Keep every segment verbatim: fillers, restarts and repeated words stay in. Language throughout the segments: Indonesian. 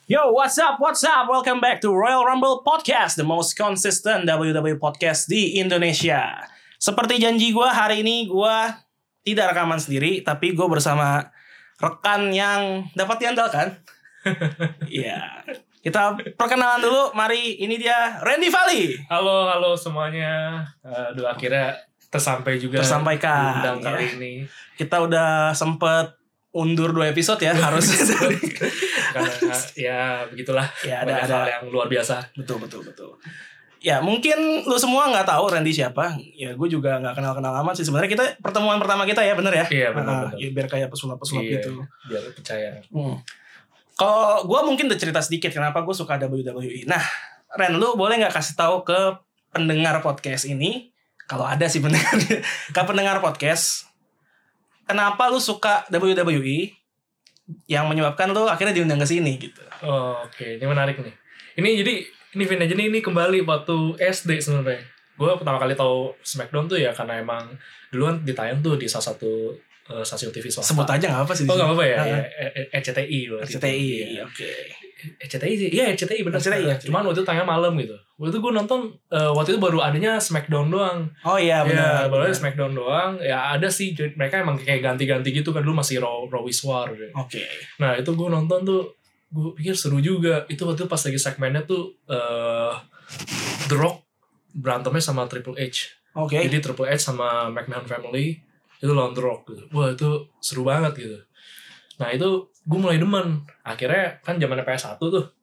Yo, what's up, what's up? Welcome back to Royal Rumble Podcast, the most consistent W W E podcast di Indonesia. Seperti janji gue, hari ini gue tidak rekaman sendiri, tapi gue bersama rekan yang dapat diandalkan. Iya. Kita perkenalan dulu, mari ini dia Randy Valley. Halo, halo semuanya. Aduh, akhirnya tersampai juga. Tersampaikan. Undang ya. kali ini. Kita udah sempet undur dua episode ya, harusnya. Karena ya begitulah. Ya, ada Banyak ada hal yang luar biasa. Betul, betul, betul. Ya, mungkin lu semua nggak tahu Randy siapa. Ya, gue juga nggak kenal-kenal amat sih. Sebenarnya kita pertemuan pertama kita ya, bener ya? Iya, benar, nah, benar. ya, biar kayak pesulap-pesulap Iya, gitu. Biar percaya. Hmm. Kalau gue mungkin udah cerita sedikit kenapa gue suka W W E. Nah, Ren, lu boleh nggak kasih tahu ke pendengar podcast ini, kalau ada sih pendengar, ke pendengar podcast, kenapa lu suka W W E yang menyebabkan lu akhirnya diundang ke sini gitu. Oh, oke, okay. Ini menarik nih. Ini jadi ini Vin aja nih, ini kembali waktu S D sebenarnya. Gue pertama kali tahu SmackDown tuh ya karena emang duluan ditayang tuh di salah satu uh, stasiun T V swasta. Sebut aja nggak apa sih? Oh nggak apa-apa ya, uh, ya R C T I. R C T I, oke. R C T I sih, iya R C T I benar. R C T I, ya. Cuman waktu itu tayang malam gitu. Waktu itu gue nonton, uh, waktu itu baru adanya SmackDown doang. Oh iya benar. Ya, baru ada SmackDown doang. Ya ada sih, mereka emang kayak ganti-ganti gitu kan, dulu masih Raw, Raw is War. Gitu. Oke. Okay. Nah itu gue nonton tuh, gue pikir seru juga. Itu waktu itu pas lagi segmennya tuh uh, The Rock berantemnya sama Triple H. Oke. Okay. Jadi Triple H sama McMahon Family itu lawan The Rock gitu. Wah itu seru banget gitu. Nah itu gue mulai demen. Akhirnya kan zamannya P S satu tuh.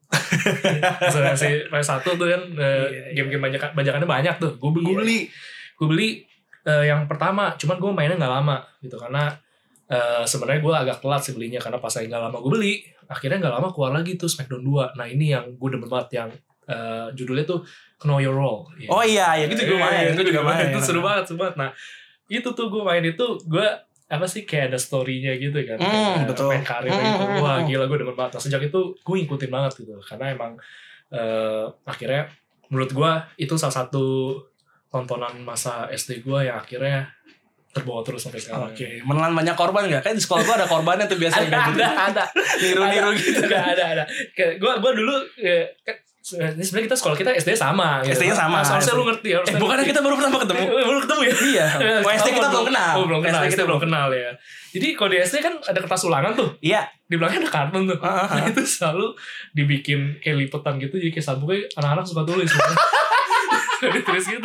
Si P S satu tuh kan uh, iya, game-game banyak banyakannya banyak tuh. Gue gue iya. beli. Gue beli uh, yang pertama, cuman gue mainnya nggak lama gitu karena uh, sebenarnya gue agak telat sih belinya karena pas lagi nggak lama gue beli. Akhirnya nggak lama keluar lagi tuh SmackDown dua. Nah ini yang gue demen banget yang uh, judulnya tuh Know Your Role. Oh iya, ya gitu gue main. Itu juga main. Itu seru banget, seru banget. Nah itu tuh gue main itu gue apa sih kayak ada story-nya gitu kan, mm, kayak betul. main karir mm, gitu. mm, Wah mm. gila gue demen banget. Nah, sejak itu gue ngikutin banget gitu karena emang uh, akhirnya menurut gue itu salah satu tontonan masa S D gue yang akhirnya terbawa terus sampai sekarang. Oke, okay. Menelan banyak korban nggak? Kayak di sekolah gue ada korbannya tuh biasanya. ada, gitu. ada, ada, niru-niru gitu. Ada, ada, ada. Kayak gue, gue dulu ya, kan, ini sebenarnya kita sekolah kita S D sama. S D-nya gitu. sama. Nah, harusnya lu ngerti. Harusnya eh, bukannya kita baru pertama ketemu? baru ketemu ya? Iya. Oh, S D kita belum kenal. Oh, belum kenal. S D kita kita belum kenal ya. Jadi kalau di S D kan ada kertas ulangan tuh. Iya. Di belakangnya ada kartun tuh. Uh-huh. Nah itu selalu dibikin kayak lipetan gitu. Jadi kayak sabuknya anak-anak suka tulis. Ditulis gitu.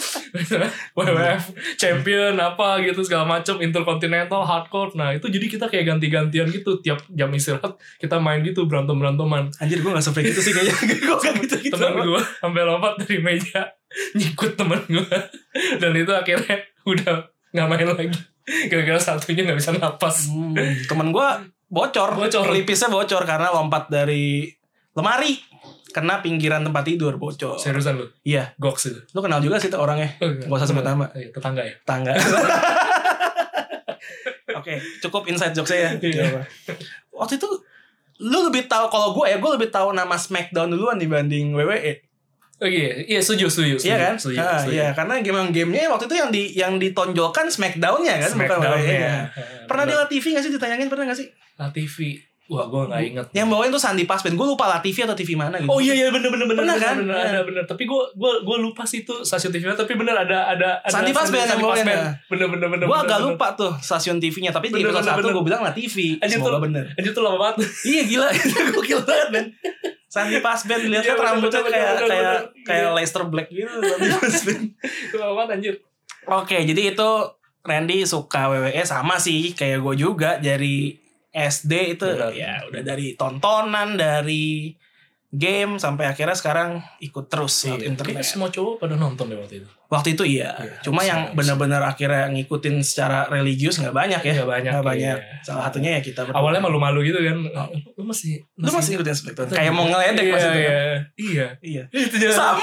W W F champion apa gitu segala macam, intercontinental, hardcore. Nah itu jadi kita kayak ganti-gantian gitu. Tiap jam istirahat kita main gitu, berantem-beranteman. Anjir gue gak sampai gitu sih kayaknya. Gue gak gitu-gitu. Temen gue sampai lompat dari meja nyikut temen gue. Dan itu akhirnya udah gak main lagi gara-gara satunya gak bisa napas. hmm, Temen gue bocor. Bocor. Pelipisnya bocor karena lompat dari lemari, kena pinggiran tempat tidur, bocor. Seriusan lu? Iya. Goks itu. Lu kenal juga sih tuh orangnya. Oh, Gak usah sebut nama. Tetangga ya? Tangga. Oke, cukup inside joke saya. Iya. Waktu itu lu lebih tahu, kalau gue ya, gue lebih tahu nama SmackDown duluan dibanding W W E. Oh iya, iya setuju, setuju, setuju. Iya kan? Setuju, Ah, setuju. iya, karena game-gamenya waktu itu yang di yang ditonjolkan SmackDown-nya kan, bukan W W E-nya. Pernah di La T V nggak sih ditayangin? Pernah nggak sih? La T V. Wah, gue nggak inget. Yang bawain tuh Sandy Pasben. Gue lupa La T V atau T V mana gitu. Oh iya iya bener bener bener Pernah bener, kan? bener, Iya. ada bener. Tapi gue gue gue lupa sih itu stasiun T V-nya. Tapi bener ada ada ada Sandy Pasben yang bawain. Bener bener bener. Gue bener, agak bener. lupa tuh stasiun T V-nya. Tapi di Bener, episode bener, satu bener. gue bilang La T V. Anjir Semoga tuh, bener. anjir tuh lama banget. Iya gila. Gue gila banget men. Sandy Pasben lihat Iya, kan bener, rambutnya bener, kayak bener, kayak bener. kayak Iya. Leicester Black gitu. Sandy Pasben. Lama banget anjir. Oke, jadi itu Randy suka W W E sama sih kayak gue juga dari S D itu. Benar. Ya udah dari tontonan, dari game sampai akhirnya sekarang ikut terus Iya, lewat internet. kayaknya semua cowok pada nonton deh waktu itu. Waktu itu iya. Iya, Cuma harus, yang harus. benar-benar akhirnya ngikutin secara religius nggak banyak ya. Nggak banyak, Nggak banyak. iya. Salah satunya ya kita berdua. Awalnya malu-malu gitu kan. Lu masih Lu masih ngikutin SmackDown? Kayak mau ngeledek iya, maksudnya. Iya. Iya. Iya. Itu aja. Sama.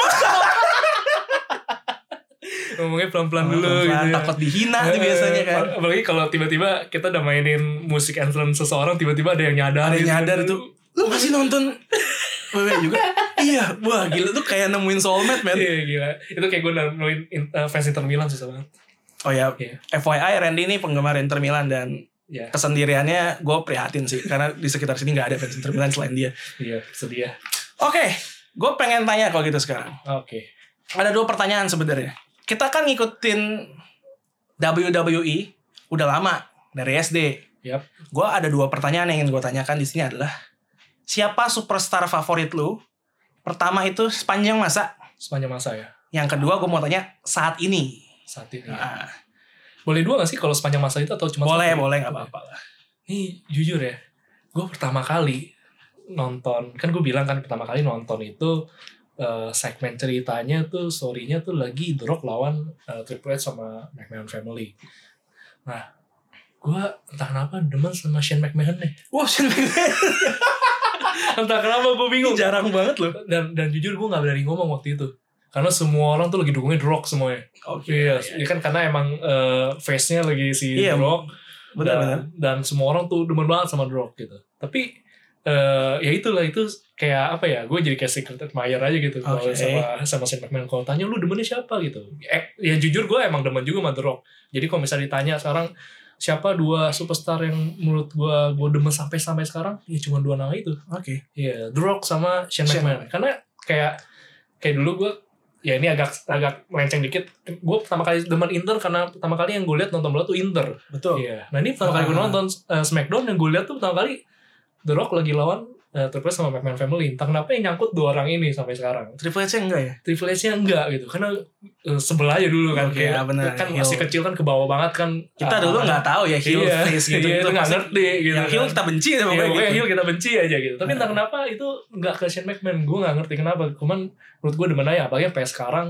Ngomongnya pelan-pelan dulu Pelan-pelan, gitu ya. takut dihina tuh biasanya kan. Apalagi kalau tiba-tiba kita udah mainin musik anthem seseorang, tiba-tiba ada yang nyadar. Ada yang gitu. nyadar itu. Lu masih nonton W W E juga? Iya. Wah gila tuh kayak nemuin soulmate men. Iya gila. Itu kayak gue nemuin uh, fans Inter Milan susah banget. Oh ya, Iya. F Y I Randy ini penggemar Inter Milan dan Ya. Kesendiriannya gue prihatin sih karena di sekitar sini nggak ada fans Inter Milan selain dia. Iya, sedih ya. Oke, gue pengen tanya kalau gitu sekarang. Oke. Ada dua pertanyaan sebenarnya. Kita kan ngikutin W W E udah lama dari S D. Yap. Gue ada dua pertanyaan yang ingin gue tanyakan di sini adalah siapa superstar favorit lu? Pertama itu sepanjang masa. Sepanjang masa ya. Yang kedua gue mau tanya saat ini. Saat ini. Nah, Boleh dua gak sih kalau sepanjang masa itu atau cuma boleh, satu? boleh nggak apa-apa lah. Nih jujur ya, gue pertama kali nonton, kan gue bilang kan pertama kali nonton itu uh, segmen ceritanya tuh, story-nya tuh lagi The Rock lawan uh, Triple H sama McMahon Family. Nah, gue entah kenapa demen sama Shane McMahon nih. Wah, Shane McMahon. Entah kenapa gue bingung. Jarang banget loh. Dan dan jujur gue nggak berani ngomong waktu itu. Karena semua orang tuh lagi dukungin The Rock semuanya. Oke. Iya, iya. ya kan karena emang uh, face-nya lagi si Iya, The Rock. Benar-benar. Dan, dan semua orang tuh demen banget sama The Rock gitu. Tapi uh, ya itulah itu kayak apa ya? Gue jadi kayak secret admirer aja gitu kalau Okay. sama sama Shane McMahon. Kalau tanya lu demennya siapa gitu? Eh, ya jujur gue emang demen juga sama The Rock. Jadi kalau misalnya ditanya sekarang siapa dua superstar yang menurut gue gue demen sampai sampai sekarang, ya cuma dua nama itu. Oke. Iya, The Rock sama Shane Shane McMahon. Karena kayak kayak dulu gue ya ini agak agak melenceng dikit. Gue pertama kali demen Inter karena pertama kali yang gue lihat nonton bola tuh Inter. Betul. Iya. Nah ini pertama kali gue Ah. nonton uh, Smackdown yang gue lihat tuh pertama kali The Rock lagi lawan uh, Triple H sama McMahon Family. Entah kenapa yang nyangkut dua orang ini sampai sekarang. Triple H enggak ya? Triple H-nya enggak gitu. Karena uh, sebelah aja dulu kan. Oke, kayak ya bener. kan Heel. masih kecil kan ke bawah banget kan. Kita Ah, dulu nggak tahu ya heel iya, face gitu. iya, gitu. itu nggak Pasti ngerti gitu. yang heel kan. kita benci ya Iya, pokoknya pokoknya gitu. heel kita benci aja gitu. Tapi entah kenapa itu nggak ke Shane McMahon. Gue nggak ngerti kenapa. Cuman menurut gue demen aja. Apalagi sampai sekarang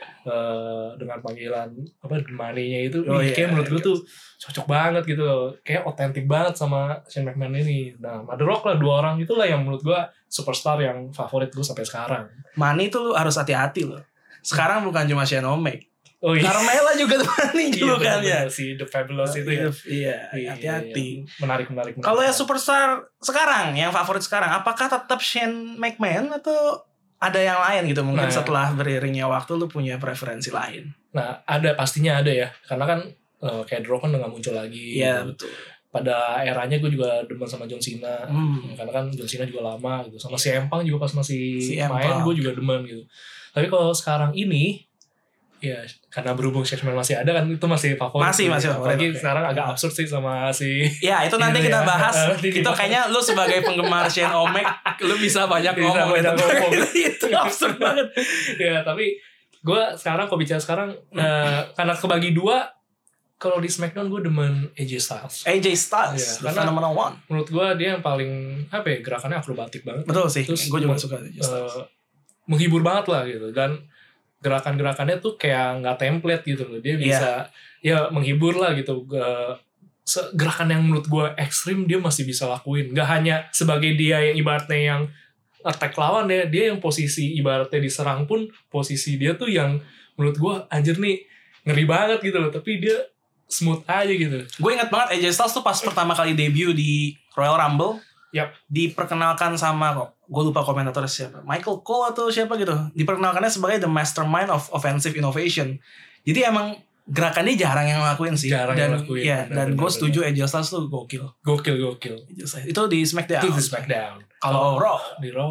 uh, dengan panggilan apa Money-nya itu, Oh, wih, iya, kayak menurut gue iya. tuh cocok banget gitu. Kayak otentik banget sama Shane McMahon ini. Nah, The Rock lah dua orang itulah yang menurut gue superstar yang favorit gue sampai sekarang. Money tuh lu harus hati-hati loh. Sekarang bukan cuma Shane O'Mac. Oh iya. Carmella juga tuh Money Iya, dulu kan ya. bener-bener, si The Fabulous itu ya. Iya, Iya, hati-hati. iya. Menarik, menarik. menarik. Kalau yang superstar sekarang, yang favorit sekarang, apakah tetap Shane McMahon atau ada yang lain gitu? Mungkin Nah. setelah beriringnya waktu lu punya preferensi lain. Nah, ada pastinya ada ya. Karena kan uh, kayak The Rock kan udah gak muncul lagi. Iya, gitu. betul. Pada eranya gue juga demen sama John Cena. Hmm. Ya, karena kan John Cena juga lama gitu. Sama si Empang juga pas masih Si main Empang. gue juga demen gitu. Tapi kalau sekarang ini ya karena berhubung Shane McMahon masih ada kan itu masih favorit. Masih, masih favorit, Apalagi oke. sekarang agak absurd sih sama si Ya itu nanti Ini kita ya. bahas. Nanti Itu dibahas. kayaknya lu sebagai penggemar Shane O'Mac, lu bisa banyak Bisa ngomong. banyak itu. ngomong. Itu absurd banget. ya tapi gue sekarang kalau bicara sekarang eh, karena kebagi dua. Kalau di Smackdown gue demen A J Styles. A J Styles, Iya, the karena- phenomenal one. Menurut gue dia yang paling apa ya gerakannya akrobatik banget. Betul sih, Terus gue juga men- suka A J Styles. eh, menghibur banget lah gitu, dan gerakan-gerakannya tuh kayak nggak template gitu loh, dia bisa ya menghibur lah gitu. Ge- se- gerakan yang menurut gue ekstrim dia masih bisa lakuin, nggak hanya sebagai dia yang ibaratnya yang attack lawan ya, dia yang posisi ibaratnya diserang pun posisi dia tuh yang menurut gue anjir nih ngeri banget gitu loh, tapi dia smooth aja gitu. Gue ingat banget A J Styles tuh pas pertama kali debut di Royal Rumble. Yap. Diperkenalkan sama kok, gue lupa komentatornya siapa, Michael Cole atau siapa gitu. Diperkenalkannya sebagai the mastermind of offensive innovation. Jadi emang gerakannya jarang yang ngelakuin sih. Jarang dan yang ngelakuin, ya, benar, dan benar, gue benar. setuju A J Styles tuh gokil. Gokil gokil. A J Styles. Itu di SmackDown. Itu di Smackdown. Kalau Raw, Di Raw,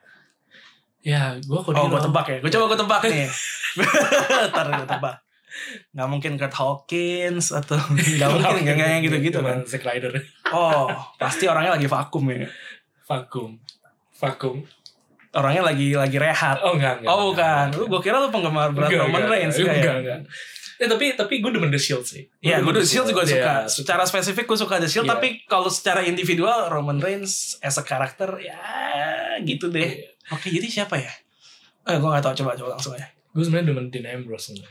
ya gue kok oh di gue Raw. tebak ya. Gue coba gue tebak nih. Ntar gue tebak. Gak mungkin Kurt Hawkins atau gak mungkin gak, gak yang gitu-gitu kan. Zack Ryder. Oh, pasti orangnya lagi vakum ya. Vakum. Vakum. Orangnya lagi lagi rehat. Oh enggak enggak. Oh bukan, lu gue kira lu penggemar berat Enggak, Roman enggak, Reigns enggak, kayak. enggak, enggak. Eh tapi tapi gue demen The Shield sih. Iya, gue demen The Shield juga Iya, suka. Secara spesifik gue suka The Shield, Iya. tapi kalau secara individual Roman Reigns as a karakter ya gitu deh. Iya. Oke, jadi siapa ya? Eh, gue gak tahu, coba coba langsung aja. Gue sebenarnya demen Dean Ambrose sebenarnya.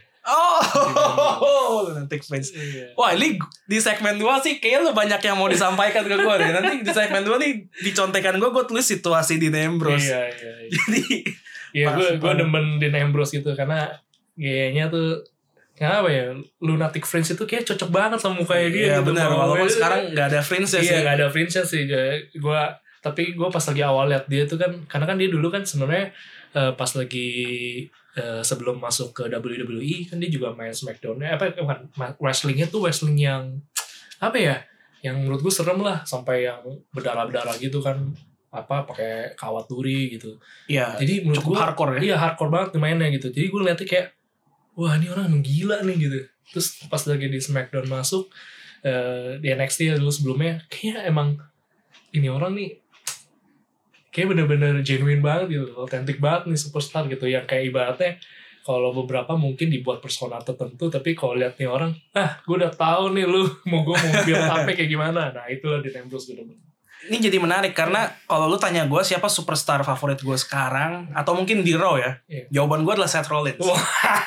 Oh, lunatic fans. Iya. Wah, ini di segmen dua sih kayaknya lu banyak yang mau disampaikan ke gue deh. Nanti di segmen dua nih dicontekan gue, gue tulis situasi di Ambrose. Iya iya. iya. Jadi Iya, Pas gue gue banget. demen Dean Ambrose gitu karena gayanya tuh kenapa ya, Lunatic Fringe itu kayak cocok banget sama mukanya dia. iya gitu. benar, Mau- walaupun sekarang gak ada fringe iya sih. nggak ada fringe sih gue. Tapi gue pas lagi awal liat dia tuh kan, karena kan dia dulu kan sebenarnya eh, pas lagi eh, sebelum masuk ke W W E kan dia juga main Smackdown. Eh, apa bukan, wrestlingnya tuh wrestling yang apa ya, yang menurut gue serem lah, sampai yang berdarah-berdarah gitu kan, apa pakai kawat duri gitu. Iya. Jadi menurut cukup gue hardcore ya. Iya hardcore banget mainnya gitu. Jadi gue liatnya kayak wah ini orang gila nih gitu. Terus pas lagi di SmackDown masuk uh, di N X T ya dulu sebelumnya, kayaknya emang ini orang nih kayak bener-bener genuine banget gitu, otentik banget nih superstar gitu. Yang kayak ibaratnya kalau beberapa mungkin dibuat persona tertentu, tapi kalau lihat nih orang, ah gue udah tahu nih lu mau gue mau build up kayak gimana. Nah itulah Dean Ambrose bener-bener. Ini jadi menarik karena kalau lu tanya gue siapa superstar favorit gue sekarang atau mungkin di Raw ya, yeah. jawaban gue adalah Seth Rollins. Wow.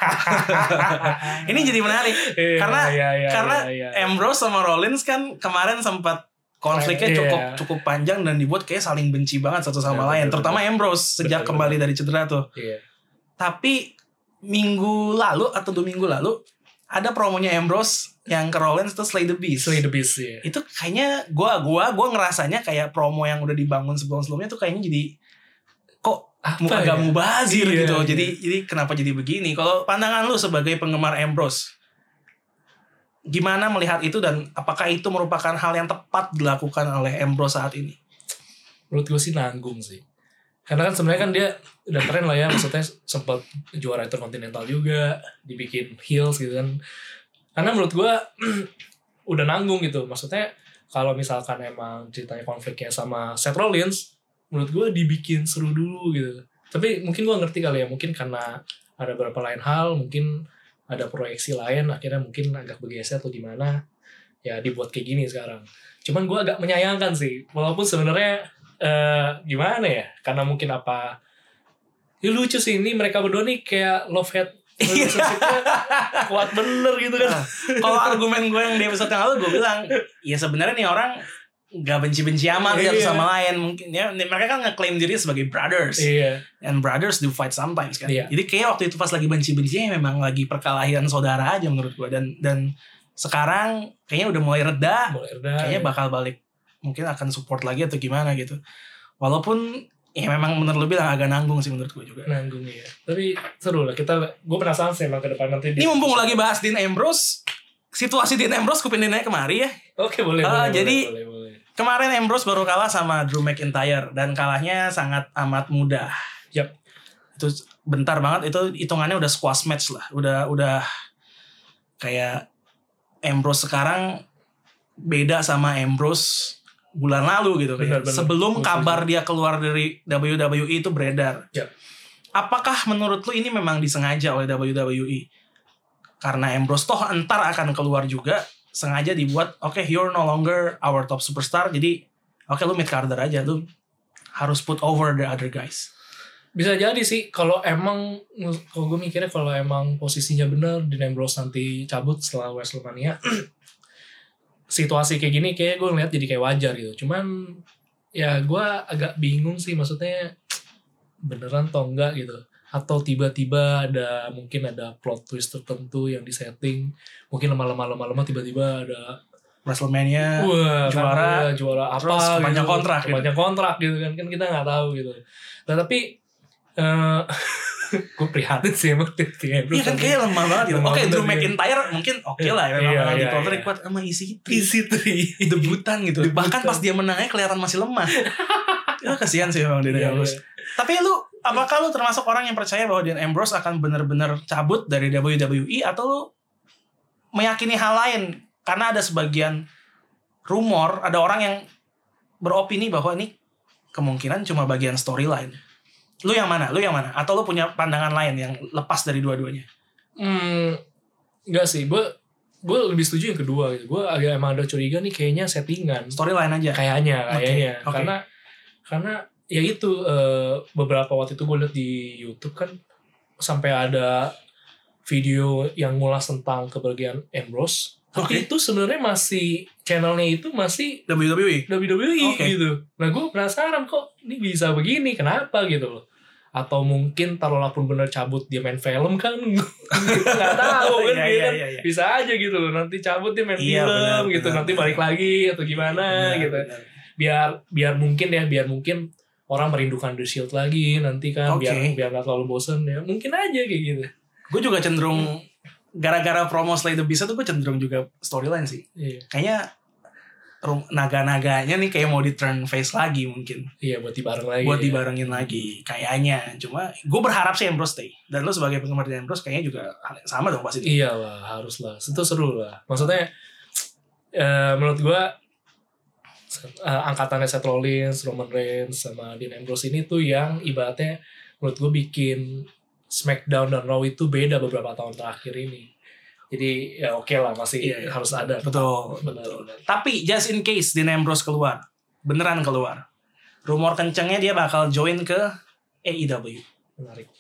Ini jadi menarik yeah, karena yeah, yeah, karena yeah, yeah. Ambrose sama Rollins kan kemarin sempat konfliknya yeah. cukup cukup panjang dan dibuat kayak saling benci banget satu sama yeah, lain, betul, terutama betul. Ambrose sejak betul, kembali betul. dari cedera tuh. Yeah. Tapi minggu lalu atau dua minggu lalu ada promonya Ambrose yang ke Rollins tuh Slay the Beast. Slay the Beast ya. Itu kayaknya gua gua gua ngerasanya kayak promo yang udah dibangun sebelum-sebelumnya tuh kayaknya jadi kok Apa agak ya? mubazir iya, gitu. Iya. Jadi jadi kenapa jadi begini? Kalau pandangan lu sebagai penggemar Ambrose, gimana melihat itu dan apakah itu merupakan hal yang tepat dilakukan oleh Ambrose saat ini? Menurut gue sih nanggung sih. Karena kan sebenarnya kan dia udah keren lah ya, maksudnya sempat juara Intercontinental juga, dibikin heels gitu kan. Karena menurut gue udah nanggung gitu. Maksudnya kalau misalkan emang ceritanya konfliknya sama Seth Rollins, menurut gue dibikin seru dulu gitu. Tapi mungkin gue ngerti kali ya, mungkin karena ada beberapa lain hal, mungkin ada proyeksi lain, akhirnya mungkin agak bergeser atau gimana, ya dibuat kayak gini sekarang. Cuman gue agak menyayangkan sih, walaupun sebenarnya Uh, gimana ya, karena mungkin apa ya lucu sih ini mereka berdua nih kayak love hate relationship-nya kuat bener gitu kan. Nah, kalau argumen gue yang di episode yang lalu gue bilang ya sebenarnya nih orang gak benci-benci amat satu sama lain, mungkin ya mereka kan ngeklaim diri sebagai brothers, iya. and brothers do fight sometimes kan, iya. Jadi kayak waktu itu pas lagi benci-bencinya memang lagi perkelahian saudara aja menurut gue, dan dan sekarang kayaknya udah mulai reda, mulai reda kayaknya ya. bakal balik, mungkin akan support lagi atau gimana gitu. Walaupun ya memang bener lu bilang agak nanggung sih menurut gue juga. Nanggung ya. Tapi seru lah kita. Gue penasaran sih emang ke depan nanti. Ini mumpung lagi bahas Dean Ambrose, situasi Dean Ambrose gue pindahin kemari ya. Oke boleh. Uh, boleh jadi boleh, boleh. Kemarin Ambrose baru kalah sama Drew McIntyre dan kalahnya sangat amat mudah. Yap. Itu bentar banget, itu hitungannya udah squash match lah. Udah udah kayak Ambrose sekarang beda sama Ambrose bulan lalu gitu, benar, benar. Sebelum kabar dia keluar dari W W E itu beredar. Ya. Apakah menurut lu ini memang disengaja oleh W W E? Karena Ambrose toh entar akan keluar juga, sengaja dibuat oke okay, you're no longer our top superstar, jadi oke okay, lu mid carder aja, lu harus put over the other guys. Bisa jadi sih kalau emang, kalau gue mikirnya kalau emang posisinya benar Dean Ambrose nanti cabut setelah WrestleMania, situasi kayak gini kayak gue ngeliat jadi kayak wajar gitu. Cuman ya gue agak bingung sih, maksudnya beneran atau enggak gitu, atau tiba-tiba ada mungkin ada plot twist tertentu yang disetting, mungkin lama-lama lama-lama tiba-tiba ada WrestleMania wah, juara kan, juara apa terus kepanjang gitu, kontrak kepanjang gitu. kontrak gitu kan kan kita nggak tahu gitu. Nah tapi uh, gue prihatin sih emang Iya kan kayak lemah banget gitu. Oke okay, Drew McIntyre mungkin oke okay lah ya, memang iya, di iya, cover iya. kuat sama E C three E C three debutan gitu. Debutan. Bahkan pas dia menangnya kelihatan masih lemah. Ya kasihan sih memang Dean iya, Ambrose. Iya. Tapi lu apakah lu termasuk orang yang percaya bahwa Dean Ambrose akan benar-benar cabut dari W W E, atau lu meyakini hal lain? Karena ada sebagian rumor, ada orang yang beropini bahwa ini kemungkinan cuma bagian storyline. Lu yang mana? Lu yang mana? Atau lu punya pandangan lain yang lepas dari dua-duanya? Hmm, enggak sih. Gue gue lebih setuju yang kedua gitu. Gue agak emang ada curiga nih kayaknya settingan. Storyline aja. Kayaknya, kayaknya. Okay. Okay. Karena karena ya itu uh, beberapa waktu itu gue liat di YouTube kan sampai ada video yang ngulas tentang kepergian Ambrose. Tapi okay. itu sebenarnya masih channelnya itu masih W W E, W W E okay. gitu. Nah gue penasaran kok ini bisa begini, kenapa gitu loh. Atau mungkin taruhlah pun bener cabut dia main film kan, kita nggak tahu kan, iya, dia iya, kan iya, iya. bisa aja gitu loh. Nanti cabut dia main iya, film benar, gitu, benar, nanti benar. balik lagi atau gimana benar, gitu. Benar. Biar biar mungkin ya, biar mungkin orang merindukan The Shield lagi nanti kan, okay. biar biar nggak terlalu bosen ya, mungkin aja kayak gitu. Gue juga cenderung gara-gara promo Slay the Beast itu gue cenderung juga storyline sih. Iya. Kayaknya naga-naganya nih kayak mau di turn face lagi mungkin. Iya, buat dibareng lagi. Buat ya. dibarengin lagi kayaknya. Cuma gue berharap sih Ambrose stay. Dan lu sebagai penggemar di Ambrose kayaknya juga sama dong pasti. Iyalah, harus lah. Itu seru lah. Maksudnya uh, menurut gue uh, angkatannya Seth Rollins, Roman Reigns sama Dean Ambrose ini tuh yang ibaratnya menurut gue bikin SmackDown dan Raw itu beda beberapa tahun terakhir ini. Jadi ya oke okay lah, masih iya, harus ada. Betul, betul. Tapi just in case Dean Ambrose keluar, beneran keluar, rumor kencengnya dia bakal join ke A E W. Menarik.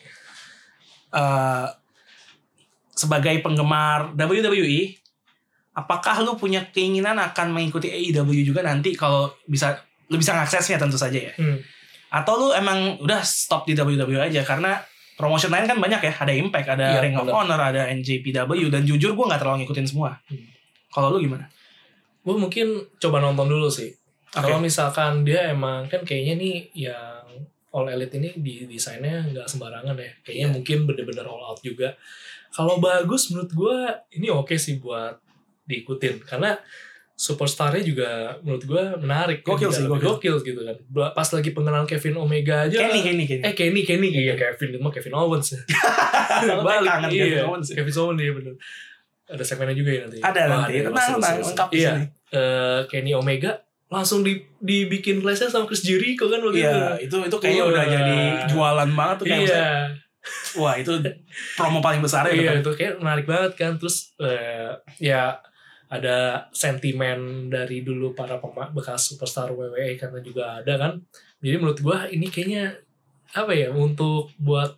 Uh, sebagai penggemar W W E, apakah lu punya keinginan akan mengikuti A E W juga nanti kalau bisa, lu bisa ngaksesnya tentu saja ya? Hmm. Atau lu emang udah stop di W W E aja karena promotion lain kan banyak ya, ada Impact, ada iya, Ring of bener. Honor, ada N J P W, dan jujur gue nggak terlalu ngikutin semua. Hmm. Kalau lu gimana? Gue mungkin coba nonton dulu sih. Okay. Kalau misalkan dia emang kan kayaknya nih yang All Elite ini di desainnya nggak sembarangan ya. Kayaknya yeah. mungkin bener-bener all out juga. Kalau bagus menurut gue ini oke okay sih buat diikutin karena superstarnya juga menurut gue menarik. Gokil sih, gokil. Gokil gitu kan. Pas lagi pengenalan Kevin Omega aja. Kenny, Kenny, Kenny. Eh Kenny, Kenny. Iya Kevin, itu mah Kevin Owens. Balik kangen iya, Kevin Owens. Kevin Owens iya bener. Ada segmennya juga ya nanti. Ada oh, nanti. Ada, tenang, tenang. Lengkap di iya. sini. Uh, Kenny Omega langsung di, dibikin flashnya sama Chris Jericho kan waktu iya, itu. itu kayaknya Wah. udah jadi jualan banget tuh kayak. Iya. Wah itu promo paling besar ya. Iya kan? itu kayak menarik banget kan. Terus uh, ya ada sentimen dari dulu para pema- bekas superstar W W E karena juga ada kan. Jadi menurut gue ini kayaknya apa ya untuk buat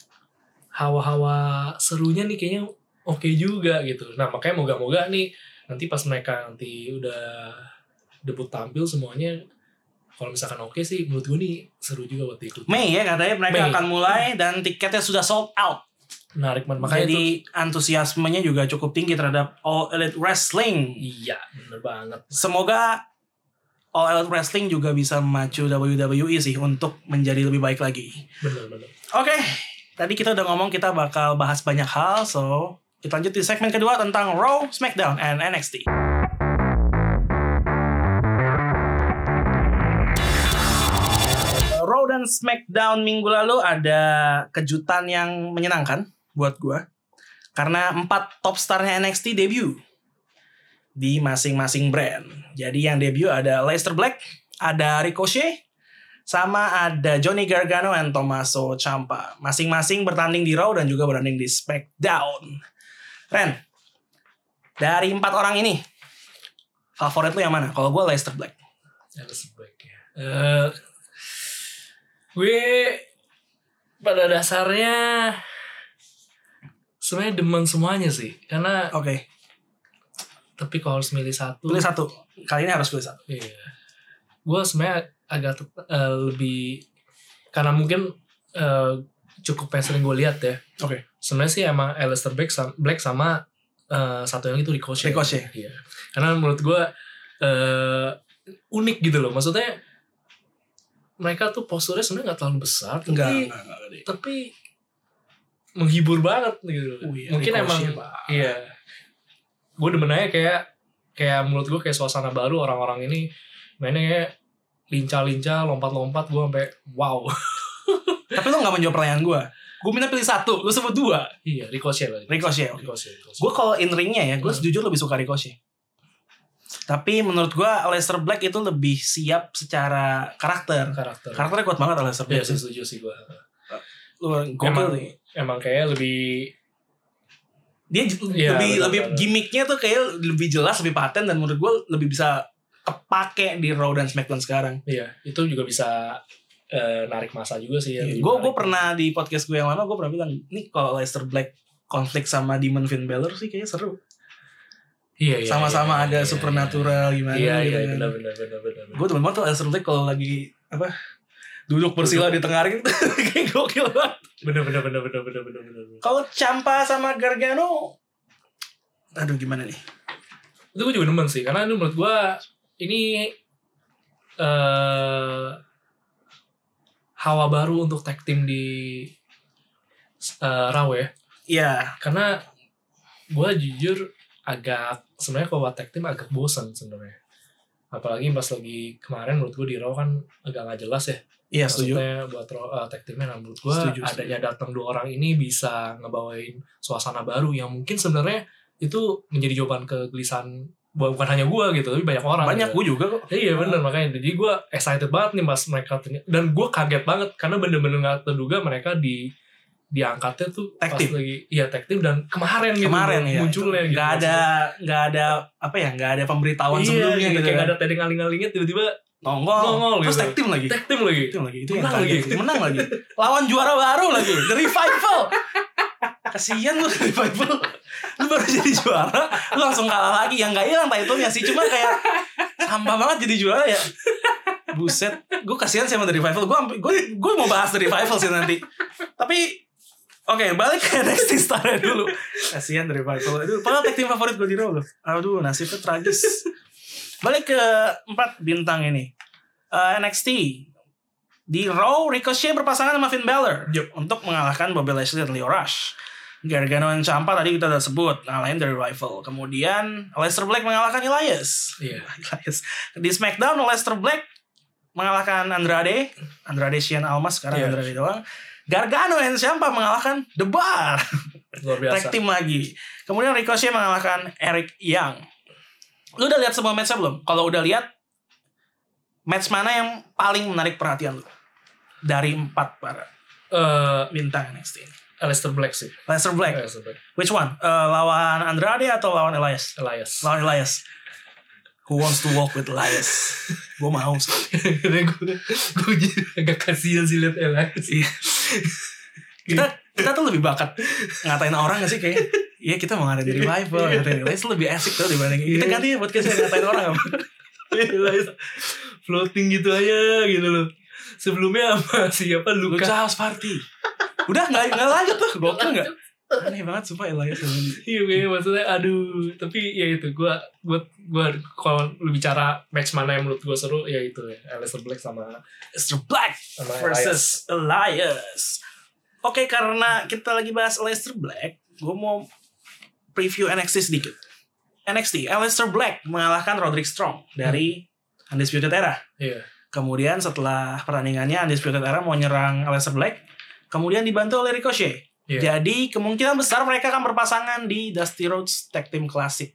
hawa-hawa serunya nih kayaknya oke okay juga gitu. Nah makanya moga-moga nih nanti pas mereka nanti udah debut tampil semuanya kalau misalkan oke okay sih menurut gue nih seru juga buat ikut. Mei ya katanya mereka Mei. akan mulai dan tiketnya sudah sold out. Menarik banget. Makanya jadi itu, antusiasmenya juga cukup tinggi terhadap All Elite Wrestling. Iya bener banget. Semoga All Elite Wrestling juga bisa memacu W W E sih untuk menjadi lebih baik lagi. Bener-bener. Oke, okay. Tadi kita udah ngomong kita bakal bahas banyak hal, so kita lanjut di segmen kedua tentang Raw, SmackDown, and N X T. Raw dan SmackDown minggu lalu ada kejutan yang menyenangkan buat gue. Karena empat top starnya N X T debut di masing-masing brand. Jadi yang debut ada Aleister Black, ada Ricochet, sama ada Johnny Gargano dan Tommaso Ciampa. Masing-masing bertanding di Raw dan juga bertanding di SmackDown. Ren, dari empat orang ini, favorit lu yang mana? Kalau gue Aleister Black. Aleister Black ya. Uh, gue pada dasarnya sebenarnya demen semuanya sih. Karena Oke. Okay. Tapi kalau harus milih satu. Pilih satu. Kali ini harus pilih satu. Iya. Gue sebenarnya agak uh, lebih karena mungkin uh, cukup yang sering gue lihat ya. Oke. Okay. Sebenarnya sih emang Aleister Black sama, Black sama uh, satu yang itu Ricochet. Ricochet. Iya. Karena menurut gue uh, unik gitu loh. Maksudnya mereka tuh posturnya sebenarnya nggak terlalu besar, tapi enggak, enggak, enggak, enggak. tapi menghibur banget gitu. Oh, iya, mungkin emang iya. Gue demen aja kayak kayak menurut gue kayak suasana baru orang-orang ini mainnya kayak lincah-lincah, lompat-lompat, gue sampai wow. Tapi lu nggak menjawab pertanyaan gue. Gue minta pilih satu, lu sebut dua. Iya, Ricochet lah. Ricochet. Ricochet. Ricochet. Gue kalau in ringnya ya, gue hmm. jujur lebih suka Ricochet. Tapi menurut gue Aleister Black itu lebih siap secara karakter. Karakter. Karakternya kuat banget Aleister Black. Iya, setuju sih gue. Lu emang, nih. Emang kayak lebih dia ya, lebih betul, lebih betul. Gimmicknya tuh kayak lebih jelas, lebih paten, dan menurut gue lebih bisa kepake di Raw dan SmackDown sekarang. Iya, itu juga bisa uh, narik masa juga sih. Ya, gue gue pernah di podcast gue yang lama gue pernah bilang, nih kalau Aleister Black konflik sama Demon Finn Balor sih kayaknya seru. Iya, iya, sama-sama iya, ada iya, supernatural iya, gimana iya, gitu iya, kan. benar benar benar benar. Gue temen banget tuh Aleister Black kalau lagi apa duduk bersila di tengah ring kayak gokil banget. Benar benar benar benar benar benar benar. Kalau Ciampa sama Gargano, aduh gimana nih? Itu gue juga demen sih, karena itu menurut gue ini uh, hawa baru untuk tag team di uh, Raw ya. Iya. Karena gue jujur agak sebenarnya kalau tag team agak bosan sebenarnya. Apalagi pas lagi kemarin menurut gue di Raw kan agak gak jelas ya. Iya, setuju. Maksudnya buat uh, tag teamnya, nah menurut gue Setuju, adanya datang dua orang ini bisa ngebawain suasana baru yang mungkin sebenarnya itu menjadi jawaban kegelisahan bukan hanya gue gitu, tapi banyak orang. Banyak, gitu. gue juga kok. Iya bener, makanya jadi gue excited banget nih pas mereka ternyata, dan gue kaget banget karena bener-bener gak terduga mereka di diangkatnya tuh Tag pas team. lagi iya tag team dan kemarin gitu Kemarin ya. munculnya gitu. Gak ada nggak ada apa ya, nggak ada pemberitahuan iya, sebelumnya gitu, gitu kayak kan. gak ada tading aling-alingnya tiba-tiba Nongol, nongol terus gitu. tag team lagi. Tag team lagi. Tag team lagi. Itu yang Menang kaget. lagi. Menang lagi. Lawan juara baru lagi, The Revival. Kasian lu The Revival. Lu baru jadi juara, lu langsung kalah lagi. Yang gak hilang title-nya sih, cuma kayak sampah banget jadi juara ya. Buset, gue kasihan sama The Revival. Gue gue gue mau bahas The Revival sih nanti. Tapi oke, okay, balik ke N X T Star dulu. Kasihan The Revival. Aduh, padahal tag team favorit gue di Raw loh. Aduh, nasibnya tragis. Balik ke empat bintang ini. Uh, N X T di Raw, Ricochet berpasangan sama Finn Balor Yep. untuk mengalahkan Bobby Lashley dan Lio Rush. Gargano dan Ciampa tadi kita udah sebut, ngalahin dari Rival. Kemudian Aleister Black mengalahkan Elias. Iya. Elias. Di SmackDown, Aleister Black mengalahkan Andrade, Andrade Cien Almas sekarang Iya. Andrade doang. Gargano dan Ciampa mengalahkan The Bar. Luar biasa. Tag team lagi. Kemudian Ricochet mengalahkan Eric Young. Lu udah lihat semua match-nya belum? Kalau udah lihat, match mana yang paling menarik perhatian lu? Dari empat para Eh, bintang N X T ini. Aleister Black sih. Aleister Black. Aleister Black. Which one? Uh, lawan Andrade atau lawan Elias? Elias. Lawan Elias. Who wants to walk with Elias? Gue mau sih. gue gue jadi agak kasihan sih liat Elias. Iya. kita kita tuh lebih bakat ngatain orang gak sih kayak? Iya kita mau ngatain diri Revival, ngatain Elias lebih asik tuh dibanding kita ganti ya podcastnya ngatain orang apa? Elias floating gitu aja gitu loh. Sebelumnya apa siapa Luka? Lucha House Party. Udah nggak nggak lanjut tuh, gokil nggak? Aneh banget sumpah Elias. Iya kayak maksudnya aduh, tapi ya itu gue gue gue kalau lu bicara match mana yang menurut gue seru ya itu ya Aleister Black sama Aleister Black sama versus Elias. Oke, karena kita lagi bahas Aleister Black, gue mau preview N X T sedikit. N X T, Aleister Black mengalahkan Roderick Strong dari Undisputed Era. Iya. Kemudian setelah pertandingannya Undisputed Era mau nyerang Aleister Black, kemudian dibantu oleh Ricochet. Iya. Jadi kemungkinan besar mereka akan berpasangan di Dusty Rhodes Tag Team Classic.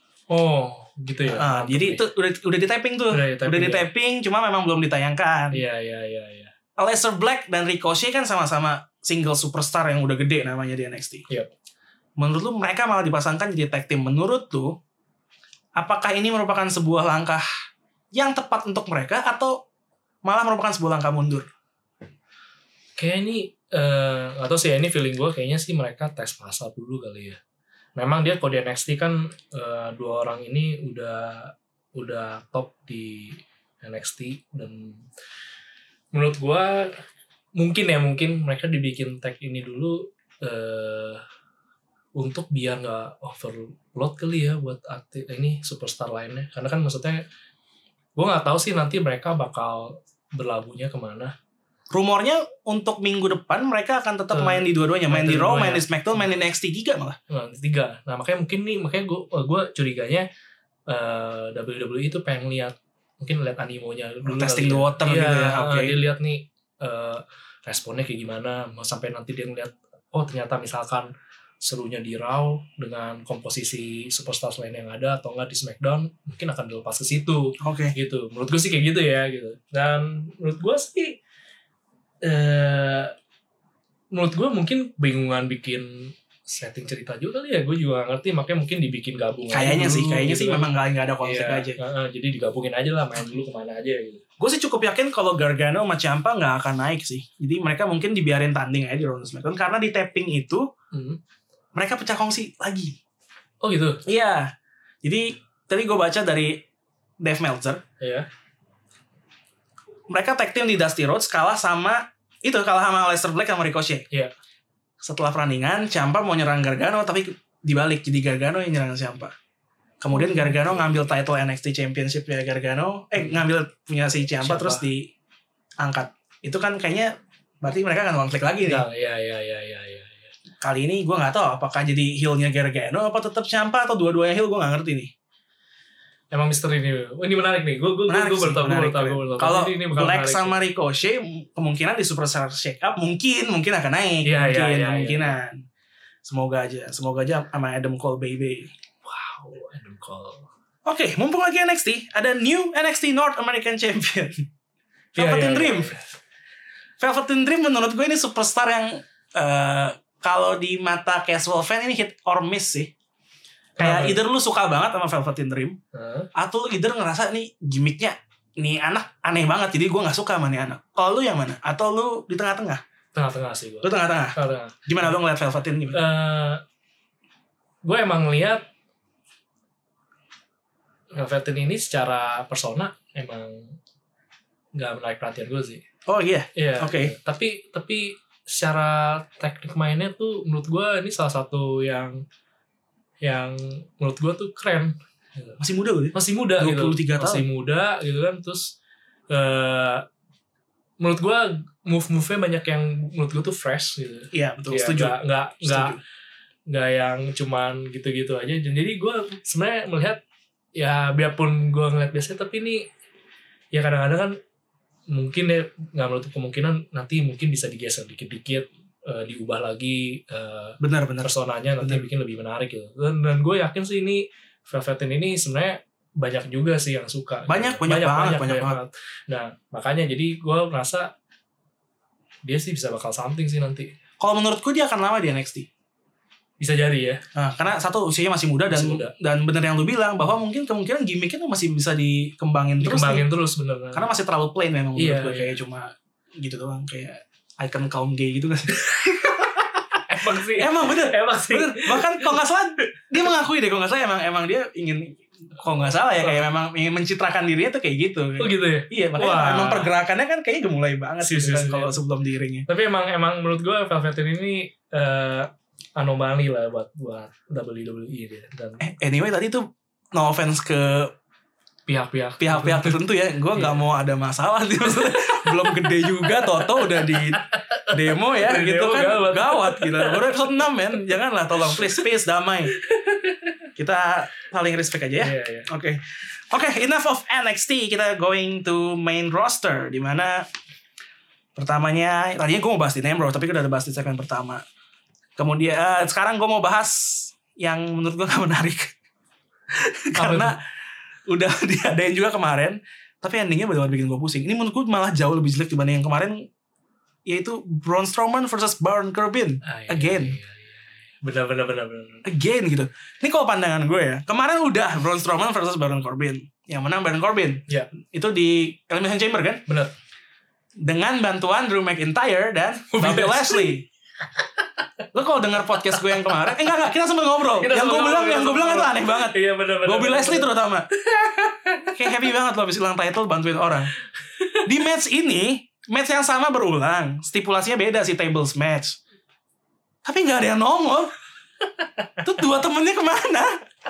Oh gitu ya. Ah, jadi itu udah udah di taping tuh, Udah di-taping, udah di ya. taping, cuma memang belum ditayangkan. Iya iya iya iya. Aleister Black dan Ricochet kan sama-sama single superstar yang udah gede namanya di N X T. Iya. Menurut lu mereka malah dipasangkan jadi tag team. Menurut lu, apakah ini merupakan sebuah langkah yang tepat untuk mereka atau malah merupakan sebuah langkah mundur? Kayak ini eh uh, atau sih ini feeling gue kayaknya sih mereka tes pasar dulu kali ya. Memang dia kalau di N X T kan uh, dua orang ini udah udah top di N X T dan menurut gue mungkin ya mungkin mereka dibikin tag ini dulu uh, untuk biar nggak overload kali ya buat arti ini superstar lainnya karena kan maksudnya gue nggak tahu sih nanti mereka bakal berlabuhnya kemana. Rumornya untuk minggu depan mereka akan tetap Uh, main di dua-duanya, main di Raw, main dua-duanya. di SmackDown, main di N X T tiga malah. Nah, tiga. Nah makanya mungkin nih makanya gue gue curiganya uh, W W E itu pengen lihat mungkin lihat animonya dulu Testing kali the ya. water Iya, gitu ya. Oke. dia lihat nih uh, responnya kayak gimana. Mau sampai nanti dia ngeliat oh ternyata misalkan serunya di Raw dengan komposisi superstar lain yang ada atau enggak di SmackDown mungkin akan dilepas ke situ. Oke. Gitu. Menurut gue sih kayak gitu ya gitu. Dan menurut gue sih eh menurut gue mungkin bingungan bikin setting cerita juga kali ya, gue juga gak ngerti makanya mungkin dibikin gabung Kayaknya aja sih, dulu, kayaknya gitu sih kan. memang nggak nggak ada konflik Iya, aja. uh, jadi digabungin aja lah, main dulu kemana aja gitu. Gue sih cukup yakin kalau Gargano sama Ciampa nggak akan naik sih. Jadi mereka mungkin dibiarin tanding aja di Raw SmackDown karena di tapping itu Hmm. mereka pecah kongsi lagi. Oh gitu. Iya. Jadi tadi gue baca dari Dave Meltzer, Iya. mereka tag team di Dusty Rhodes kalah sama itu kalah sama Aleister Black sama Ricochet. Iya. Setelah perandingan Ciampa mau nyerang Gargano tapi dibalik jadi Gargano yang nyerang Ciampa. Kemudian Gargano ngambil title N X T Championship ya Gargano, eh ngambil punya si Ciampa Ciampa. terus diangkat. Itu kan kayaknya berarti mereka akan konflik lagi nih. Nah, iya iya iya iya iya. Kali ini gue nggak tahu apakah jadi heel-nya Gargano apa tetap Ciampa atau dua-duanya heel, gue nggak ngerti nih. Emang misteri ini. Oh, ini menarik nih. Gue gue gue baru tahu, gue baru tahu, gue baru tahu. Kalau Ini- ini bakal Black menarik sama sih. Ricochet kemungkinan di Superstar Shake Up mungkin mungkin akan naik, Iya, mungkin iya, iya, kemungkinan. Semoga aja, semoga aja sama Adam Cole baby. Wow, Adam Cole. Oke, mumpung lagi N X T, ada new N X T North American Champion. Iya, Velveteen iya, Dream. iya. Velveteen Dream menurut gue ini superstar yang eh, kalau di mata casual fan ini hit or miss sih. Kayak Kenapa? either lu suka banget sama Velveteen Dream, Hah? atau lu either ngerasa nih gimmicknya nih anak aneh banget, jadi gue nggak suka sama nih anak. Kalau lu yang mana? Atau lu di tengah-tengah? Tengah-tengah sih gue. Lu tengah-tengah. Tengah-tengah. Gimana lu ngeliat Velveteen gimana? Eh, gue emang lihat Velveteen ini secara persona emang nggak menarik perhatian gue sih. Oh iya. Iya. Oke. Tapi tapi secara teknik mainnya tuh menurut gue ini salah satu yang yang menurut gue tuh keren. Masih muda gue. Masih muda dua puluh tiga gitu. Masih tahun. muda gitu kan. Terus eh menurut gue move-move-nya banyak yang menurut gue tuh fresh gitu. Iya betul. Iya, Setuju. Nggak nggak nggak Setuju. nggak yang cuman gitu-gitu aja. Dan jadi gue sebenarnya melihat ya biarpun gue ngeliat biasa tapi ini ya kadang-kadang kan mungkin ya nggak menutup kemungkinan nanti mungkin bisa digeser dikit-dikit uh, diubah lagi uh, Benar-benar. personanya nanti Benar. bikin lebih menarik gitu. Dan, dan gue yakin sih ini Velveteen ini sebenarnya banyak juga sih yang suka. Banyak, gitu. banyak banget, banyak banget. Nah makanya jadi gue merasa dia sih bisa bakal something sih nanti. Kalau menurutku dia akan lama di N X T. Bisa jadi ya. Nah, karena satu usianya masih muda dan Masih muda. dan bener yang lu bilang bahwa mungkin kemungkinan gimmicknya tuh masih bisa dikembangin terus. Dikembangin nih. terus bener. Karena masih terlalu plain memang menurut Iya, gue iya. kayak cuma gitu doang kayak icon kaum gay gitu kan. Emang sih. Emang bener. Emang sih. Bener. Bahkan kalau nggak salah dia mengakui deh kalau nggak salah emang emang dia ingin kalau nggak salah ya kayak memang ingin mencitrakan dirinya tuh kayak gitu. Oh gitu ya. Iya, makanya Wah. emang pergerakannya kan kayaknya udah mulai banget Si, gitu si, kan si. kalau sebelum di ringnya. Tapi emang emang menurut gue Velveteen ini eh, anomali lah buat buat W W E dia dan Eh, anyway tadi tuh no offense ke pihak-pihak pihak-pihak tertentu ya, gue nggak Iya. mau ada masalah sih maksudnya. Belum gede juga, Toto udah di demo ya, Di gitu demo kan gawat. gawat gitu. Baru episode enam men, janganlah tolong please please damai. Kita saling respect aja ya. Iya, iya. Oke, oke enough of N X T, kita going to main roster di mana pertamanya tadinya gue mau bahas di Nemro tapi udah ada bahas di segmen pertama. Kemudian eh, sekarang gue mau bahas yang menurut gue gak menarik karena udah diadain juga kemarin tapi endingnya benar-benar bikin gue pusing. Ini menurut gue malah jauh lebih jelek dibanding yang kemarin, yaitu Braun Strowman versus Baron Corbin. Ah, iya, Again. iya, iya, iya. Benar benar benar benar. Again gitu. Ini kalau pandangan gue ya, kemarin udah Braun Strowman versus Baron Corbin, yang menang Baron Corbin. Iya. Itu di Elimination Chamber kan, Benar. dengan bantuan Drew McIntyre dan Bobby Lashley. Lo kalau dengar podcast gue yang kemarin, eh enggak enggak, kita sempat ngobrol. Kita yang gue sempat bilang, ngobrol, yang gue kita bilang itu sempat aneh banget. Iya benar benar. Bobby benar, Lashley benar. terutama. Kayak happy banget lo habis hilang title bantuin orang. Di match ini, match yang sama berulang. Stipulasinya beda sih, tables match. Tapi gak ada yang nongol. Tuh dua temennya kemana?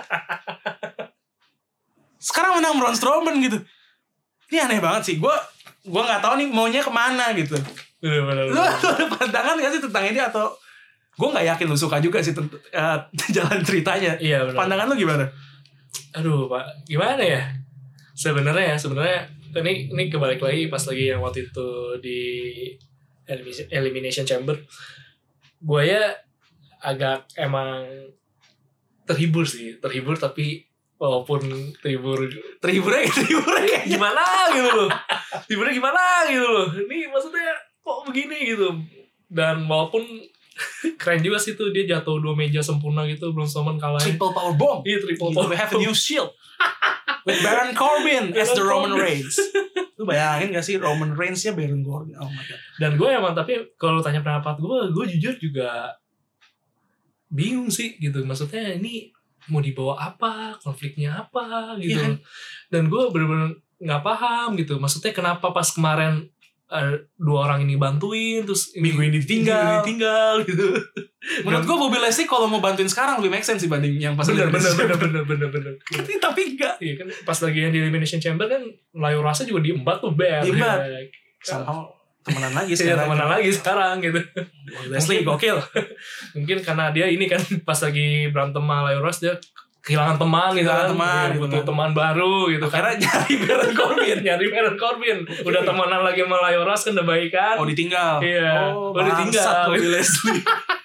Sekarang menang Braun Strowman gitu. Ini aneh banget sih. Gue gue nggak tahu nih maunya kemana gitu. Benar benar. Lu ada pandangan gak sih tentang ini atau gue nggak yakin lu suka juga sih tent- uh, jalan ceritanya. Iya benar. Pandangan lu gimana? Aduh pak, gimana ya? Sebenarnya ya sebenarnya ini ini kebalik lagi pas lagi yang waktu itu di elimination, elimination chamber, gue ya agak emang terhibur sih, terhibur tapi walaupun terhibur Terhiburnya terhiburnya kayak gimana gitu loh, terhiburnya gimana gitu loh. Ini maksudnya kok begini gitu. Dan walaupun keren juga sih tuh dia jatuh dua meja sempurna gitu, Braun Strowman kalahnya. triple power bomb. Iya triple We have a new shield with Baron Corbin as the Roman Reigns. Lu bayangin gak sih Roman Reigns-nya Baron Corbin? Oh my god. Dan gue emang tapi kalau lu tanya pendapat gue, gue jujur juga bingung sih gitu. Maksudnya ini mau dibawa apa, konfliknya apa gitu. Iya kan? Dan gue bener-bener nggak paham gitu. Maksudnya kenapa pas kemarin uh, dua orang ini bantuin, terus Minggu ini ditinggal. minggu ini ditinggal gitu. Menurut gue Bobby Lashley kalau mau bantuin sekarang lebih make sense dibanding yang pas bener bener Elimination bener Chamber. bener bener bener. Tapi tapi enggak. Iya kan pas lagi yang di Elimination Chamber kan Layo Rasa juga diembat tuh bad. Diembat. Ya, Somehow temenan lagi Iya sekarang. temenan lagi sekarang gitu. Bobby Lashley gokil. Mungkin karena dia ini kan pas lagi berantem sama Layo Ras dia kehilangan teman gitu Kehilangan kan, teman, ya, gitu butuh kan. teman baru gitu kan. Karena nyari Baron Corbin. Nyari Baron Corbin. Udah temenan lagi sama Layoras kan udah baikan. Oh ditinggal. Iya. Oh, Udah ditinggal. Bobby Leslie.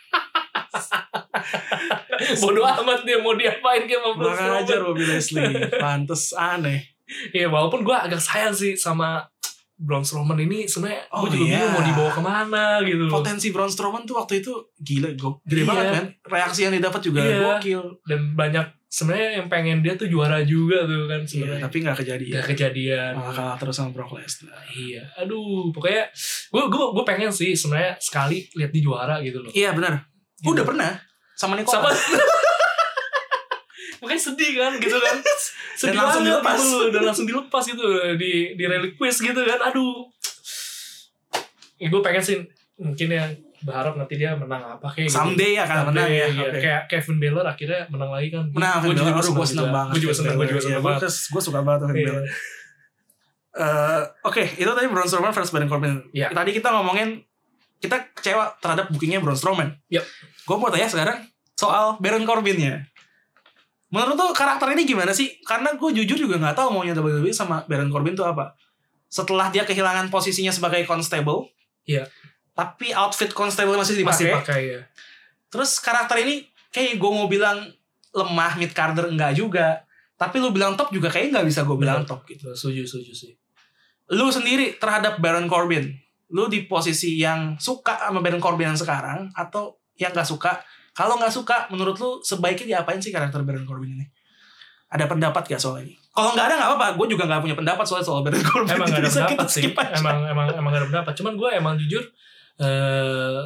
Bodoh amat dia mau diapain kayak sama Braun Kurang ajar Strowman. Bobby Leslie. Pantes aneh. Iya, walaupun gue agak sayang sih sama Braun Strowman ini sebenarnya Oh, gue juga iya. bingung mau dibawa kemana gitu loh. Potensi Braun Strowman tuh waktu itu gila, go- gede Iya. banget kan. Reaksi yang didapat juga Iya. gokil. Dan banyak sebenarnya yang pengen dia tuh juara juga tuh kan Iya, sebenarnya. tapi nggak kejadian. Gak kejadian. Malah kalah terus sama Brock Lesnar. Iya, aduh, pokoknya gue gue gue pengen sih sebenarnya sekali lihat di juara gitu loh. Iya benar. Gitu. Udah pernah sama Nicolas. Sama makanya sedih kan gitu kan. Sedih langsung banget dilepas. gitu, dan langsung dilepas gitu di di relic quiz gitu kan. Aduh. Ya, gue pengen sih mungkin ya berharap nanti dia menang apa kayak gitu. Someday akan menang ya. Iya. Oke. Kayak Kevin Baylor akhirnya menang lagi kan. Menang, Gue juga Aduh, gue seneng juga. banget. Gue juga seneng, gue juga seneng banget. Gue suka banget tuh Finn Iya. Balor. Eh, Oke, itu tadi Braun Strowman versus Baron Corbin. Iya. Tadi kita ngomongin kita kecewa terhadap bookingnya Braun Strowman. Yap. Gue mau tanya sekarang soal Baron Corbinnya. Menurut tuh karakter ini gimana sih? Karena gue jujur juga nggak tahu maunya W W E sama Baron Corbin tuh apa. Setelah dia kehilangan posisinya sebagai constable, Iya. tapi outfit constable masih Masih dipakai. pakai ya. Terus karakter ini kayak gue mau bilang lemah mid carder enggak juga. Tapi lu bilang top juga kayaknya nggak bisa gue bilang Bener. top gitu. Setuju, setuju sih. Lu sendiri terhadap Baron Corbin, lu di posisi yang suka sama Baron Corbin yang sekarang atau yang nggak suka? Kalau nggak suka, menurut lu sebaiknya diapain sih karakter Baron Corbin ini? Ada pendapat gak soal ini? Kalau nggak ada nggak apa-apa, gue juga nggak punya pendapat soal soal Baron Corbin. Emang gak ada Bisa pendapat kita sih. skip aja. Emang emang emang gak ada pendapat. Cuman gue emang jujur, eh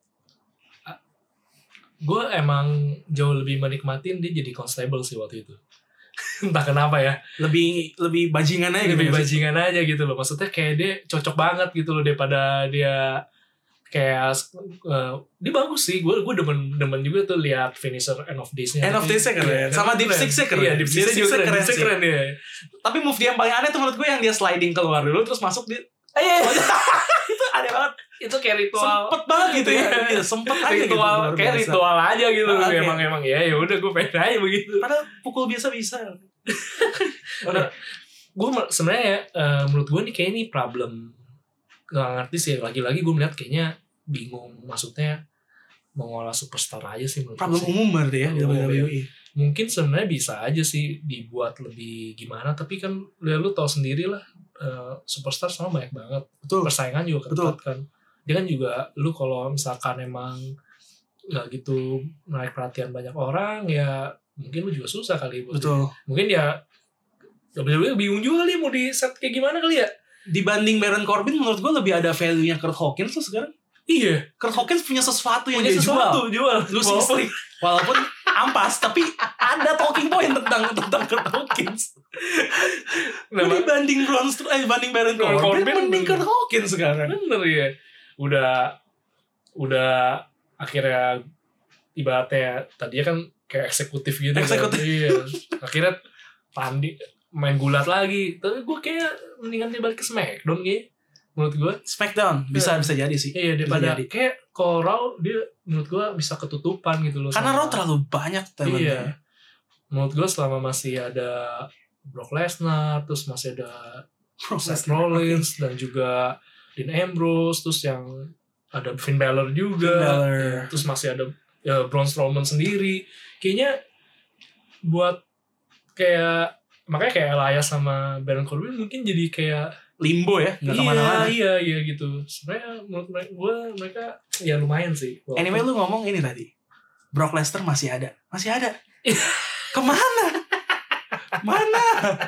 gue emang jauh lebih menikmatin dia jadi constable sih waktu itu. Entah kenapa ya. lebih lebih bajingan aja Lebih gitu. bajingan aja gitu loh. Maksudnya kayak dia cocok banget gitu loh daripada dia kayak uh, dia bagus sih. Gue gue demen demen juga tuh lihat finisher End of Days-nya. End of Days-nya keren. Sama Deep Six-nya keren. Iya, Deep Deep Six-nya juga Six-nya keren. keren Deep Six sih. keren dia. Tapi move dia yang paling aneh tuh menurut gue yang dia sliding keluar dulu terus masuk di Iya, itu aneh banget. itu kayak ritual. Sempet banget gitu ya. Iya. Iya, sempet aja gitu. Ritual luar kayak biasa. ritual aja gitu. Ah, oke. Emang emang ya ya udah gue pengen aja begitu. Padahal pukul biasa bisa. Udah. Gue sebenarnya ya, uh, menurut gue nih kayak ini problem. Gak ngerti sih. Lagi-lagi gue melihat kayaknya bingung. Maksudnya mengolah superstar aja sih menurut Problem gue sih. umum berarti ya di Umum, W W E. Mungkin sebenarnya bisa aja sih dibuat lebih gimana. Tapi kan ya lu tau sendiri lah. Uh, superstar sama banyak banget. Betul. Persaingan juga ketat kan. Dia kan juga lu kalau misalkan emang gak gitu menarik perhatian banyak orang ya mungkin lu juga susah kali. Betul. Mungkin ya W W E bingung juga kali mau di set kayak gimana kali ya. Dibanding Baron Corbin menurut gue lebih ada value-nya Kurt Hawkins tuh sekarang. Iya. Kurt Hawkins punya sesuatu yang Punya dia sesuatu jual. jual. Lu Walaupun- sih walaupun ampas tapi ada talking point tentang tentang Kurt Hawkins. Nah, Lu dibanding Braun Str- eh banding Baron Baron Corbin, Corbin mending Kurt Hawkins sekarang. bener ya. Udah udah akhirnya ibaratnya tadinya kan kayak eksekutif gitu. Eksekutif. Kan. Iya. Akhirnya tandi main gulat lagi. Tapi gue kayak mendingan dia balik ke SmackDown kayak. Menurut gue. Smackdown bisa Iya. bisa jadi sih. Iya Bisa daripada jadi. kayak kalau Raw dia menurut gue bisa ketutupan gitu loh. Karena sama- Raw terlalu banyak talentnya. Iya. Menurut gue selama masih ada Brock Lesnar, terus masih ada Seth Rollins dan juga Dean Ambrose, terus yang ada Finn Balor juga, Finn Balor. ya, terus masih ada ya, Braun Strowman sendiri. Kayaknya buat kayak makanya kayak Elias sama Baron Corbin mungkin jadi kayak Limbo ya, nggak iya kemana-mana. iya iya gitu. Sebenarnya menurut mereka, gue mereka ya lumayan sih. Walaupun- Anyway lu ngomong ini tadi, Brock Lesnar masih ada, masih ada. Kemana? Mana?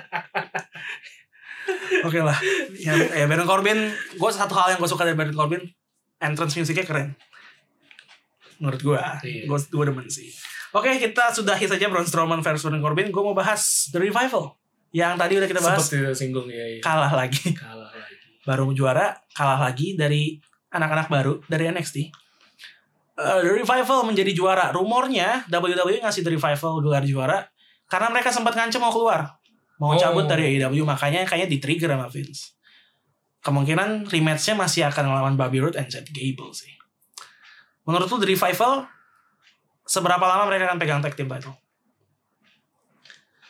Oke lah, ya, ya Baron Corbin, gue satu hal yang gue suka dari Baron Corbin, entrance musiknya keren. Menurut gue, Iya. gue gue demen sih. Oke, kita sudahi saja Braun Strowman versus Baron Corbin. Gue mau bahas The Revival yang tadi udah kita bahas. seperti singgung ya, ya. Kalah lagi, Kalah lagi. baru juara, kalah lagi dari anak-anak baru dari N X T. Uh, The Revival menjadi juara. Rumornya W W E ngasih The Revival gelar juara karena mereka sempat ngancem mau keluar, mau Oh. cabut dari A E W, makanya kayaknya di-trigger sama Vince. Kemungkinan rematch-nya masih akan melawan Bobby Roode and Chad Gable sih. Menurut lu The Revival seberapa lama mereka akan pegang tag team title?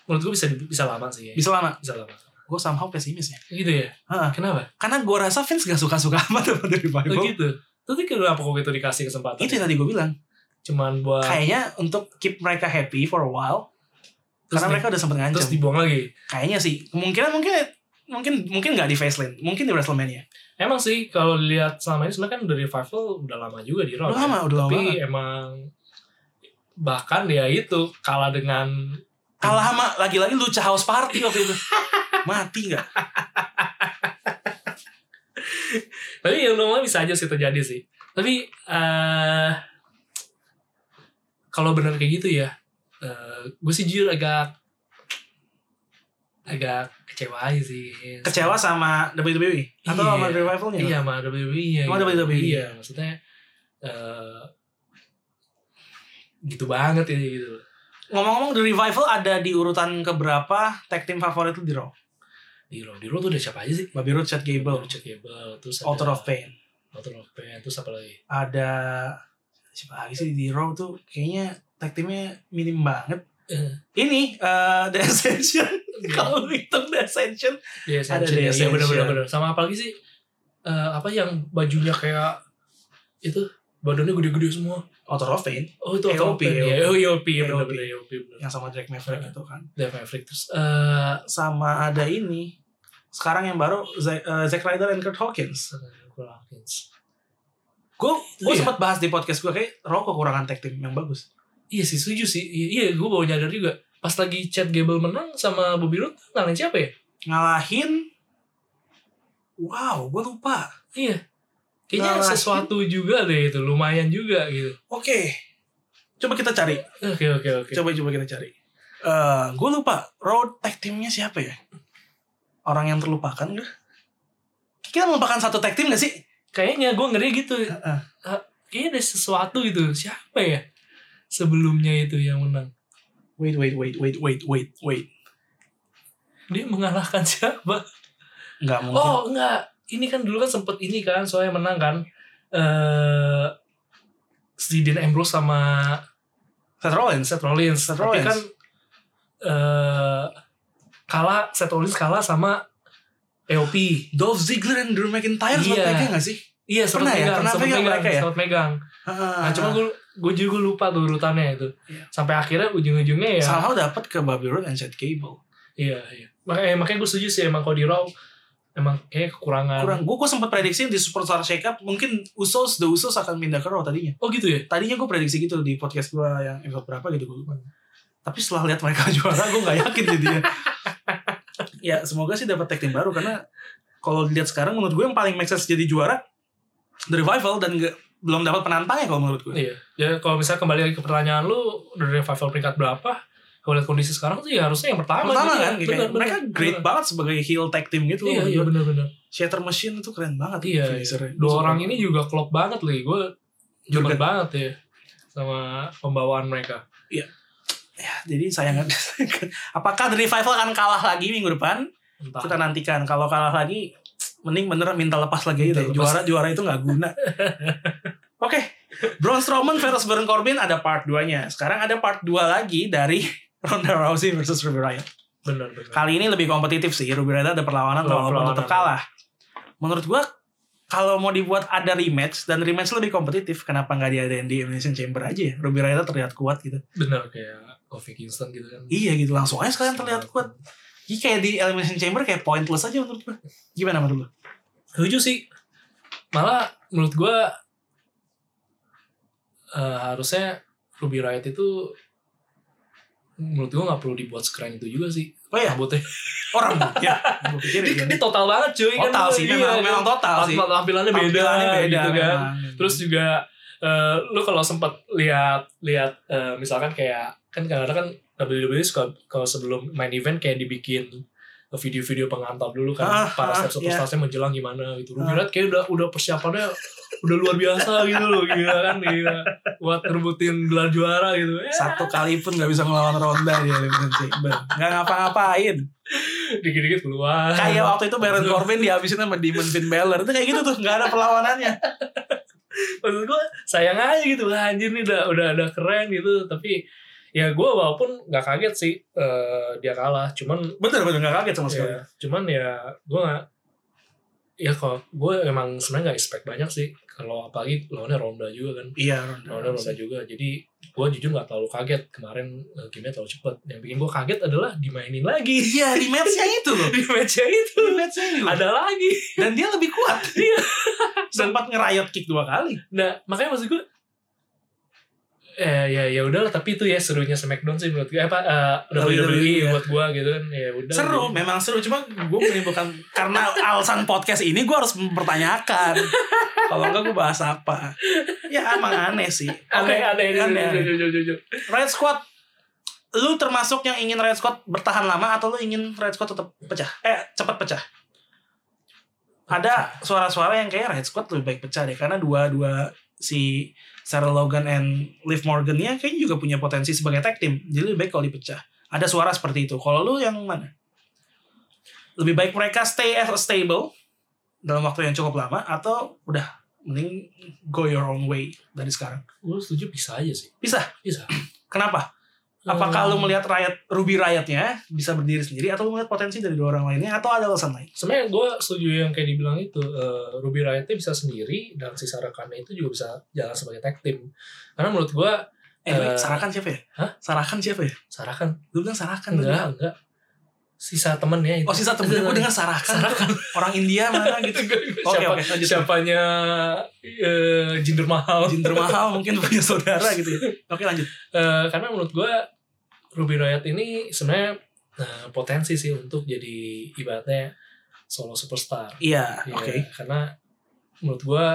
menurut gue bisa bisa lama sih. Bisa lama. Bisa lama. Gue somehow pesimis ya. Gitu ya. Ha. Kenapa? Karena gue rasa fans gak suka-suka amat sama The Revival. Oh gitu. Tapi kenapa kok itu dikasih kesempatan? Itu yang tadi gue bilang. Cuman buat kayaknya untuk keep mereka happy for a while. Terus karena di, mereka udah sempet ngancam. Terus dibuang lagi. Kayaknya sih. Kemungkinan mungkin mungkin mungkin nggak di Fastlane, mungkin di WrestleMania. Emang sih kalau lihat selama ini sebenarnya kan The Revival udah lama juga di Raw. Udah lama, udah lama. Tapi emang bahkan dia itu kalah dengan kalah sama lagi-lagi Lucha House Party waktu itu. Mati nggak? Tapi yang normal bisa aja sih terjadi sih. Tapi uh, kalau benar kayak gitu ya, uh, gue sih jujur agak agak kecewa aja sih. Kecewa sama W W E atau iya, sama Revivalnya? Iya, sama W W E. Sama W W E. Iya, maksudnya uh, gitu banget ya gitu. Ngomong-ngomong The Revival ada di urutan keberapa tag team favorit lu di Raw? Di Raw, di Raw tuh ada siapa aja sih? Bobby Roode, Chad Gable, Chad Gable, terus Author of Pain. Author of Pain, terus apa lagi? Ada siapa lagi sih di Raw tuh kayaknya tag teamnya minim banget. Uh. Ini uh, The Ascension. Kalau hitung The Ascension, The Ascension. Ada The Ascension. Ya, bener-bener. Sama apa lagi sih? Uh, apa yang bajunya kayak itu badannya gede-gede semua? Author of Pain. Oh itu Author of Pain. Ya, oh E O P ya bener-bener E O P. Yang sama Drake Maverick uh, itu kan. Drake Maverick terus uh, sama ada ini. Sekarang yang baru Zack, uh, Zack Ryder and Kurt Hawkins. Kurt Hawkins. Gue gue sempat bahas di podcast gue kayak Raw kekurangan tag team yang bagus. Iya sih, setuju sih. Iya, gue baru nyadar juga. Pas lagi Chad Gable menang sama Bobby Roode, ngalahin siapa ya? Ngalahin. Wow, gue lupa. Iya. Kayaknya ngalahin sesuatu juga deh itu, lumayan juga gitu. Oke. Okay. Coba kita cari. Oke, okay, oke, okay, oke. Okay. Coba coba kita cari. Uh, gue lupa. Raw tag teamnya siapa ya? Orang yang terlupakan gak? Kita melupakan satu tag team gak sih? Kayaknya gue ngeri gitu. Uh-uh. Uh, kayaknya ada sesuatu gitu. Siapa ya? Sebelumnya itu yang menang. Wait, wait, wait, wait, wait, wait, wait. Dia mengalahkan siapa? Enggak mungkin. Oh, enggak. Ini kan dulu kan sempet ini kan, soalnya menang kan. Uh, si Dean Ambrose sama Seth Rollins. Seth Rollins. Seth Tapi Rollins. kan uh, kalah, Seth Rollins kalah sama E O P. Dolph Ziggler dan Drew McIntyre sempat iya. pegang gak sih? Iya, sempat pernah megang, ya? Pernah sempat pegang megang, mereka ya? sempat megang. Ah, nah, cuma gue gue juga lupa tuh urutannya itu. Iya. Sampai akhirnya ujung-ujungnya ya. Somehow dapat ke Bobby Roode dan Chad Gable. Iya, iya. Makanya, makanya gue setuju sih emang kalau di Raw emang kayak kekurangan. Kurang. Gue gue sempat prediksi di Superstar Shake-Up mungkin Usos, The Usos akan pindah ke Raw tadinya. Oh gitu ya? Tadinya gue prediksi gitu di podcast gue yang episode berapa gitu gue lupa. Tapi setelah lihat mereka juara gue nggak yakin jadinya. Ya semoga sih dapat tag team baru karena kalau dilihat sekarang menurut gue yang paling make sense jadi juara The Revival dan gak, belum dapat penantangnya kalau menurut gue. Iya. Ya kalau misalnya kembali lagi ke pertanyaan lu, The Revival peringkat berapa? Kalau lihat kondisi sekarang sih ya harusnya yang pertama. Pertama gitu kan, ya. bener, bener, mereka bener, great bener. banget sebagai heel tag team gitu. Iya, iya benar-benar. Shatter Machine itu keren banget. Iya. iya. Dua orang ini juga klop banget loh. Gue demen banget ya sama pembawaan mereka. Iya. Ya, jadi sayang. Apakah The Revival akan kalah lagi minggu depan? Entah. Kita nantikan. Kalau kalah lagi, mending bener minta lepas lagi aja. Juara juara itu nggak guna. Oke, okay. Braun Strowman versus Baron Corbin ada part dua-nya. Sekarang ada part dua lagi dari Ronda Rousey versus Ruby Riott. Benar, benar. Kali ini lebih kompetitif sih. Ruby Riott ada perlawanan walaupun tetap kalah. Menurut gua kalau mau dibuat ada rematch dan rematch lebih kompetitif, kenapa nggak diadain di Elimination Chamber aja ya? Ruby Riott terlihat kuat gitu. Benar, kayak Kofi Kingston gitu kan. Iya gitu, langsung aja sekalian terlihat kuat. Jadi kayak di Elimination Chamber kayak pointless aja menurut gua. Gimana menurut lu? Setuju sih. Malah menurut gua uh, harusnya Ruby Riott itu menurut gue gak perlu dibuat sekeren itu juga sih. Oh iya? Rambutnya. Orang ya. Dia, dia total banget cuy. Total kan, sih, iya, memang, iya, memang total sih. Tampilannya beda, tampilannya beda gitu kan. Memang. Terus juga uh, lu kalau sempat lihat lihat uh, misalkan kayak kan kadang-kadang kan W W E suka kalau sebelum main event kayak dibikin video-video pengantar dulu kan ah, para ah, step superstar-nya yeah. menjelang gimana gitu. Ruby Riott kayak udah udah persiapannya udah luar biasa gitu loh, gila kan, gila. Buat ngerebutin gelar juara gitu. Satu kali pun gak bisa ngelawan Ronda di Elimination Chamber. Gak ngapa-ngapain. Dikit-dikit keluar. Kayak waktu itu Baron Corbin dihabisin sama Demon Finn Balor. Itu kayak gitu tuh, gak ada perlawanannya. Maksud gue sayang aja gitu, anjir nih udah udah udah keren gitu, tapi ya gue walaupun nggak kaget sih uh, dia kalah, cuman bener-bener nggak kaget sama sekali. Ya, cuman ya gue nggak, ya kalau gue emang sebenarnya nggak expect banyak sih, kalau apalagi lawannya Ronda juga kan. Iya, Ronda. Lawannya Ronda juga, jadi gue jujur nggak terlalu kaget kemarin, uh, gamenya terlalu cepet. Yang bikin gue kaget adalah dimainin lagi. Iya, di matchnya itu loh. Di matchnya itu. Di matchnya itu. Ada lagi. Dan dia lebih kuat. Iya. Sempat ngerayot kick dua kali. Nah makanya maksud gue, eh ya ya udahlah, tapi itu ya serunya SmackDown sih menurut gue, apa uh, W W E buat gue gitu kan, ya udah. Seru, gitu. Memang seru, cuma gue menimbulkan karena alasan podcast ini gue harus mempertanyakan. Kalau enggak gue bahas apa? Ya emang aneh sih. Aneh, aneh, aneh. aneh. Riot Squad, lu termasuk yang ingin Riot Squad bertahan lama atau lu ingin Riot Squad tetap pecah? Eh, cepat pecah. Ada suara-suara yang kayak Riot Squad lebih baik pecah deh, karena dua-dua si Sarah Logan and Liv Morgan-nya kayaknya juga punya potensi sebagai tag team. Jadi lebih baik kalau dipecah. Ada suara seperti itu. Kalau lu yang mana? Lebih baik mereka stay as a stable dalam waktu yang cukup lama, atau udah mending go your own way dari sekarang? Gue setuju bisa aja sih. Bisa? Bisa. Kenapa? Apakah um, lu melihat Riot, Ruby Riot-nya bisa berdiri sendiri, atau lu melihat potensi dari dua orang lainnya, atau ada alasan lain? Sebenarnya gue setuju yang kayak dibilang itu, uh, Ruby Riot-nya bisa sendiri, dan si Sarakan itu juga bisa jalan sebagai tag team. Karena menurut gue, eh, uh, Sarakan siapa ya? Hah? Sarakan siapa ya? Sarakan. Lu bilang Sarakan? Enggak, enggak. Sisa temennya itu. Oh, sisa temennya. Gue dengar Sarakan. Sarakan. Orang India mana gitu. Oke, Siapa, oke, lanjut. Siapanya uh, Jinder Mahal. Jinder Mahal mungkin punya saudara gitu ya. Oke, lanjut. Uh, karena menurut gue, Ruby Riot ini sebenarnya nah, potensi sih untuk jadi ibaratnya solo superstar. Iya, ya, oke. Okay. Karena menurut gua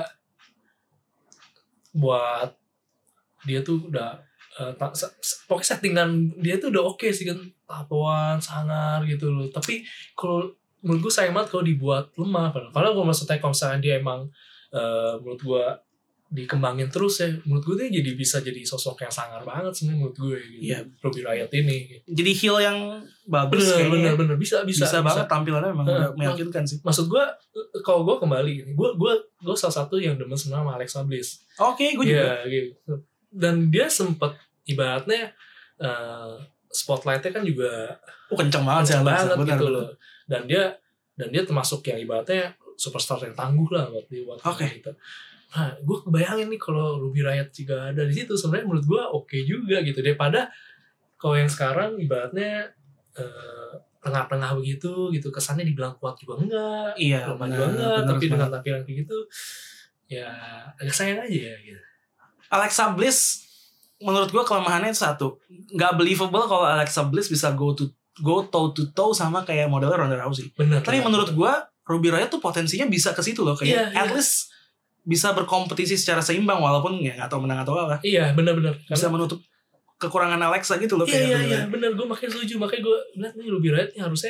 buat dia tuh udah uh, ta- pokoknya settingan dia tuh udah oke okay sih kan, tatoan, sangar gitu loh. Tapi kalau menurut gua sayang banget kalau dibuat lemah. Padahal kalau maksudnya kalau misalnya dia emang uh, menurut gua dikembangin terus ya, menurut gue dia jadi bisa jadi sosok yang sangar banget sebenarnya menurut gue gitu. Iya. Ruby Riot ini gitu. Jadi heel yang bagus, bener bener bener bisa bisa bisa, bisa banget tampilannya memang uh, meyakinkan sih. Maksud gue kalau gue kembali gue gue gue salah satu yang demen sebenarnya sama Alexa Bliss. Oke, okay, gue juga. Ya, gitu. Dan dia sempet ibaratnya uh, spotlightnya kan juga oh, kenceng banget sih banget bener, gitu bener. loh. Dan dia dan dia termasuk yang ibaratnya superstar yang tangguh lah buat dia buat okay. gitu. Nah, gue kebayangin nih kalau Ruby Riot juga ada di situ, sebenarnya menurut gue oke okay juga gitu, daripada kalau yang sekarang ibaratnya uh, tengah-tengah begitu gitu, kesannya dibilang kuat juga enggak, iya, lemah juga enggak, tapi bener. Dengan tampilan kayak gitu ya agak sayang aja ya gitu. Alexa Bliss menurut gue kelemahannya itu satu, nggak believable kalau Alexa Bliss bisa go to go toe to toe sama kayak modelnya Ronda Rousey. Bener. Tapi bener, menurut gue Ruby Riot tuh potensinya bisa ke situ loh, kayak yeah, at yeah. least bisa berkompetisi secara seimbang walaupun ya nggak tahu menang atau kalah. Iya benar-benar. Bisa menutup kekurangan Alexa gitu loh. Iya iya iya benar, gue makanya setuju, makanya gue lihat nih Ruby Riot nih harusnya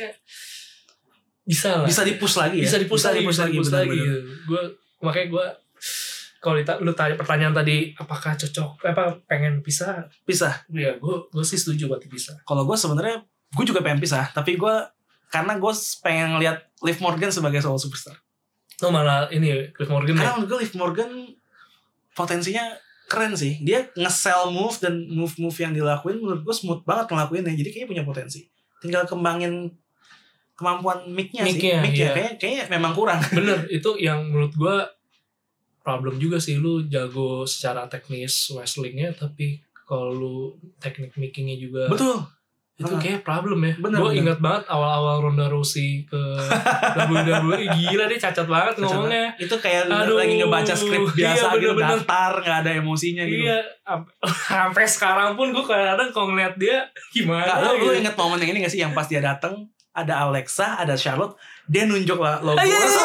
bisa lah. Bisa dipush lagi ya. Bisa dipush bisa lagi, dipush bisa lagi, dipush lagi. Gitu. Gue makanya gue kalau dita- lu tanya pertanyaan tadi apakah cocok apa pengen pisah? Pisah. Iya gue gue sih setuju buat pisah. Kalau gue sebenarnya gue juga pengen pisah, tapi gue karena gue pengen lihat Liv Morgan sebagai solo superstar. Oh malah ini Liv Morgan. Karena menurut gue Liv Morgan potensinya keren sih. Dia nge-sell move dan move-move yang dilakuin menurut gue smooth banget ngelakuinnya. Jadi kayaknya punya potensi. Tinggal kembangin kemampuan mic-nya, mic-nya sih. Mic-nya iya. kayaknya, kayaknya memang kurang. Bener, itu yang menurut gue problem juga sih. Lu jago secara teknis wrestlingnya, tapi kalau lu teknik mic-nya juga betul. Itu kayak problem ya. Gue ingat banget awal-awal Ronda Rousey ke W W E, gila deh cacat banget cacat ngomongnya. Banget. Itu kayak aduh, lagi ngebaca skrip biasa iya, gitu, datar, gak ada emosinya gitu. Iya, sampai sekarang pun gue kadang-kadang kalau ngeliat dia gimana. Nah, gitu. Lu inget momen yang ini gak sih, yang pas dia dateng, ada Alexa, ada Charlotte, dia nunjuk lah logo. Iya, iya.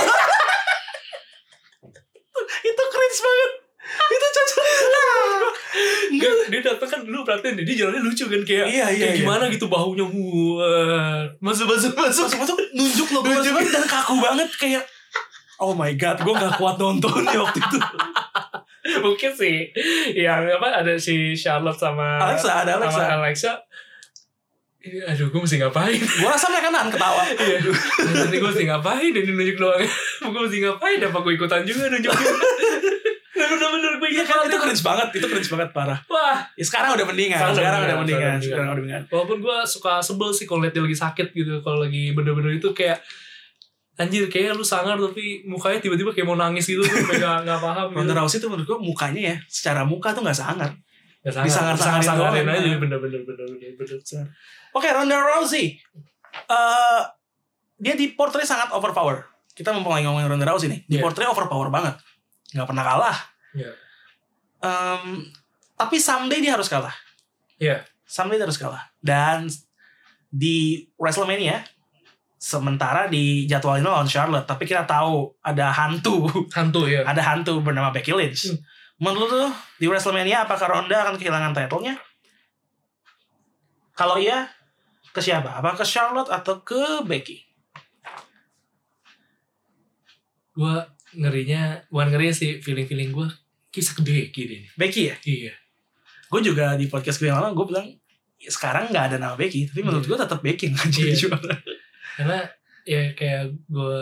Itu cringe banget. Itu cacat. Enggak, dia datang kan dulu perhatiin dia jalannya lucu kan kayak iya, iya, kayak iya. gimana gitu bahunya wah masuk masuk masuk masuk nunjuk logo nunjuk dan kaku banget kayak oh my god, gue gak kuat nonton di waktu itu. Mungkin sih yang apa ada si Charlotte sama Alexa, ada Alexa. Sama Alexa. Aduh, gue mesti ngapain? Gue rasa mereka nahan ketawa. Iya, nanti gue mesti ngapain dan nunjuk doang. Gue mesti ngapain? Apa gue ikutan juga nunjuk juga? Tapi bener-bener gue Iya ingat kan, banget itu cringe banget, itu cringe banget parah. Wah, Ya, sekarang udah mendingan, Sekarang sekarang, udah udah mendingan, mendingan, sekarang udah udah mendingan. walaupun gue suka sebel sih kalau liat dia lagi sakit gitu. Kalau lagi bener-bener itu kayak anjir kayak lu sangar tapi mukanya tiba-tiba kayak mau nangis gitu tuh kayak gak, gak paham gitu. Ronda Rousey tuh menurut gue mukanya ya, secara muka tuh gak sangar. Ya, sangar, Disangar-sangarin sangar-sangarin doang. aja bener-bener bener-bener bener. Oke, Ronda Rousey. Eh dia di portray sangat overpower. Kita mumpung lagi ngomongin Ronda Rousey nih. Di Yeah. portray overpower banget. Gak pernah kalah. Iya. Um, tapi someday dia harus kalah. Iya. Someday dia harus kalah. Dan di WrestleMania, sementara di jadwalnya lawan Charlotte, tapi kita tahu ada hantu. Hantu ya. Ada hantu bernama Becky Lynch. Hmm. Menurut lu di WrestleMania apakah Ronda akan kehilangan title-nya? Kalau iya, ke siapa? Apa ke Charlotte atau ke Becky? Gue ngerinya, bukan ngerinya sih, feeling-feeling gue kisah ke Becky deh. Becky ya? Iya. Gue juga di podcast gue yang lama gue bilang ya, sekarang nggak ada nama Becky, tapi menurut Iya. gue tetap Becky nggak jadi Iya. juara. Karena ya kayak gue,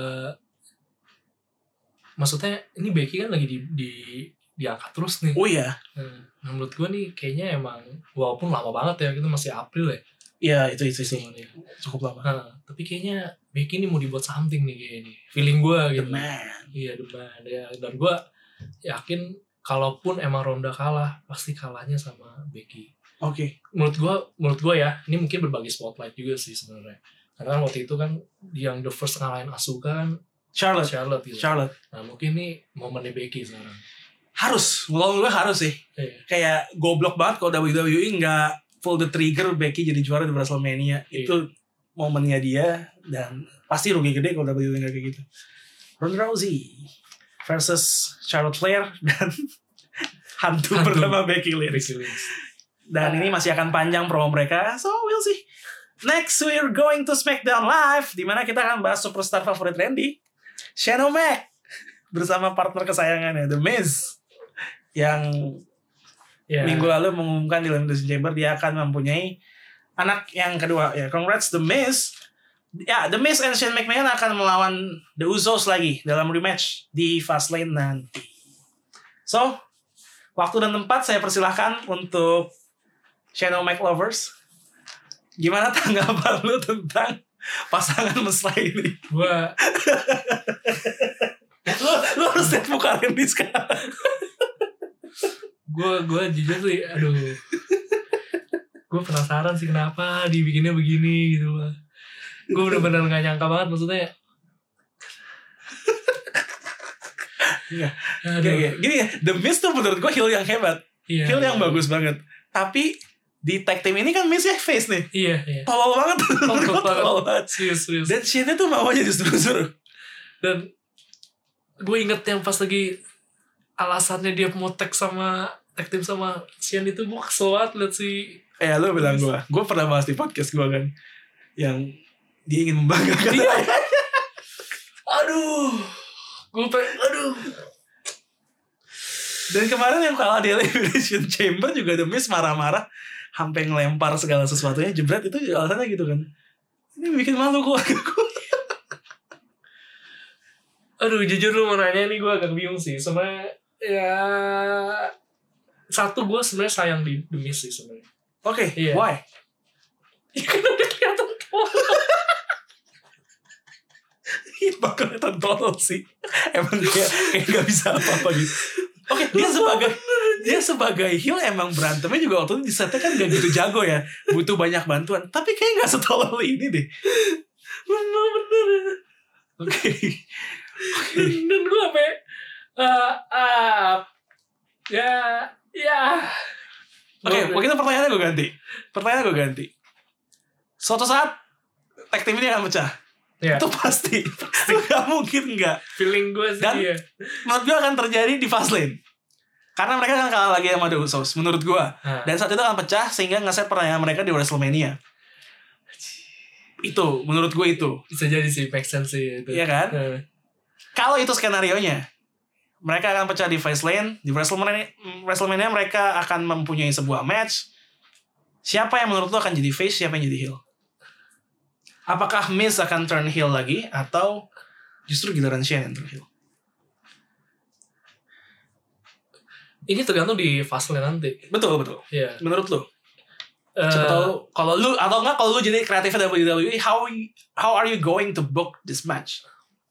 maksudnya ini Becky kan lagi di di diangkat terus nih. Oh iya, Nah, menurut gue nih kayaknya emang walaupun lama banget ya, itu masih April ya. iya itu itu sih Hitungannya. cukup lama. Nah, tapi kayaknya Becky ini mau dibuat something nih kayaknya. Feeling gue The gitu. man. Iya, The Man. Ya, dan gue yakin kalaupun emang Ronda kalah, pasti kalahnya sama Becky. Oke. Menurut gue, menurut gue ya, ini mungkin berbagi spotlight juga sih sebenarnya. Karena waktu itu kan yang the first ngalahin Asuka kan Charlotte. Charlotte gitu. Charlotte. Nah, mungkin nih momennya Becky sekarang. Harus, kalau gue harus sih. Iya. Kayak goblok banget kalau W W E nggak pull the trigger Becky jadi juara di WrestleMania. Iya. Itu momennya dia dan pasti rugi gede kalau W W E nggak kayak gitu. Ronda Rousey versus Charlotte Flair dan hantu, Hantu. bernama Becky Lynch. Becky Lynch. Dan ini masih akan panjang promo mereka, so we'll see. Next we're going to SmackDown Live, di mana kita akan bahas superstar favorit Randy, Shane O'Mac, bersama partner kesayangannya The Miz, yang Ya. minggu lalu mengumumkan di Elimination Chamber dia akan mempunyai anak yang kedua. Ya, congrats The Miz. Ya, The Miz and Shane McMahon akan melawan The Usos lagi dalam rematch di Fastlane nanti. So, waktu dan tempat saya persilahkan untuk Shane O'Mac lovers. Gimana tanggapan lu tentang pasangan mesra ini? Gue lu, lu harus lihat muka Randy sekarang. gue gue jujur sih, aduh, gue penasaran sih kenapa dibikinnya begini gitu lah. Gue bener-bener nggak nyangka banget, maksudnya. Iya. Aduh. Gini, gini ya, The Miz tuh menurut gue heel yang hebat, Iya, heel yang iya. bagus banget. Tapi di tag team ini kan Miz ya face nih, Iya, iya. tolol banget, Tolol Menurut gua tolol banget. Serius, serius. Dan Shane tuh maunya justru-justru. Dan gue inget yang pas lagi alasannya dia mau tag sama tag team sama Sian itu, gue kesel banget liat si. Eh, lu bilang gue, gue pernah bahas di podcast gue kan, yang dia ingin membanggakan. Iya. Aduh, gue pengen, aduh. Dan kemarin yang kalah di Elimination Chamber juga The Miz marah-marah, sampai ngelempar segala sesuatunya, jebret, itu alasannya gitu kan. Ini bikin malu keluarga gue. Aduh, jujur lu mau nanya nih, gue agak bingung sih. Sebenarnya ya satu, gue sebenarnya sayang di The Miz sih sebenarnya. Oke, Iya. why? Ya kan udah kelihatan tua. Iya, bakal kelihatan tolol sih. Emang kayak kayak gak bisa apa-apa gitu. Oke, dia sebagai dia sebagai heel emang berantemnya juga waktu itu di setnya kan gak gitu jago ya, butuh banyak bantuan. Tapi kayak gak setolol ini deh. Bener-bener. Oke. Oke. Dan gue apa ya, uh, uh, ya ya Oke, begitu pertanyaannya gue ganti. Pertanyaannya gue ganti. Suatu saat tag team ini akan pecah. ya, Itu pasti. Pasti gak mungkin enggak. feeling gue sih Dan- ya. Menurut gue akan terjadi di Fastlane. Karena mereka akan kalah lagi sama The Usos, menurut gue. Nah, Dan saat itu akan pecah sehingga ngeset pertandingan mereka di WrestleMania. Itu, menurut gue itu. bisa jadi sih, make sense sih itu. Iya kan? Nah, Kalau itu skenarionya, mereka akan pecah di Fastlane. Di WrestleMania, WrestleMania mereka akan mempunyai sebuah match. Siapa yang menurut lo akan jadi face, siapa yang jadi heel? Apakah Miz akan turn heel lagi, atau justru giliran Shane yang turn heel? Ini tergantung di Fastlane nanti. Betul, betul. Iya. Menurut lu? Uh, Siapa tahu kalau lu atau enggak kalau lu jadi kreatifnya W W E, how how are you going to book this match?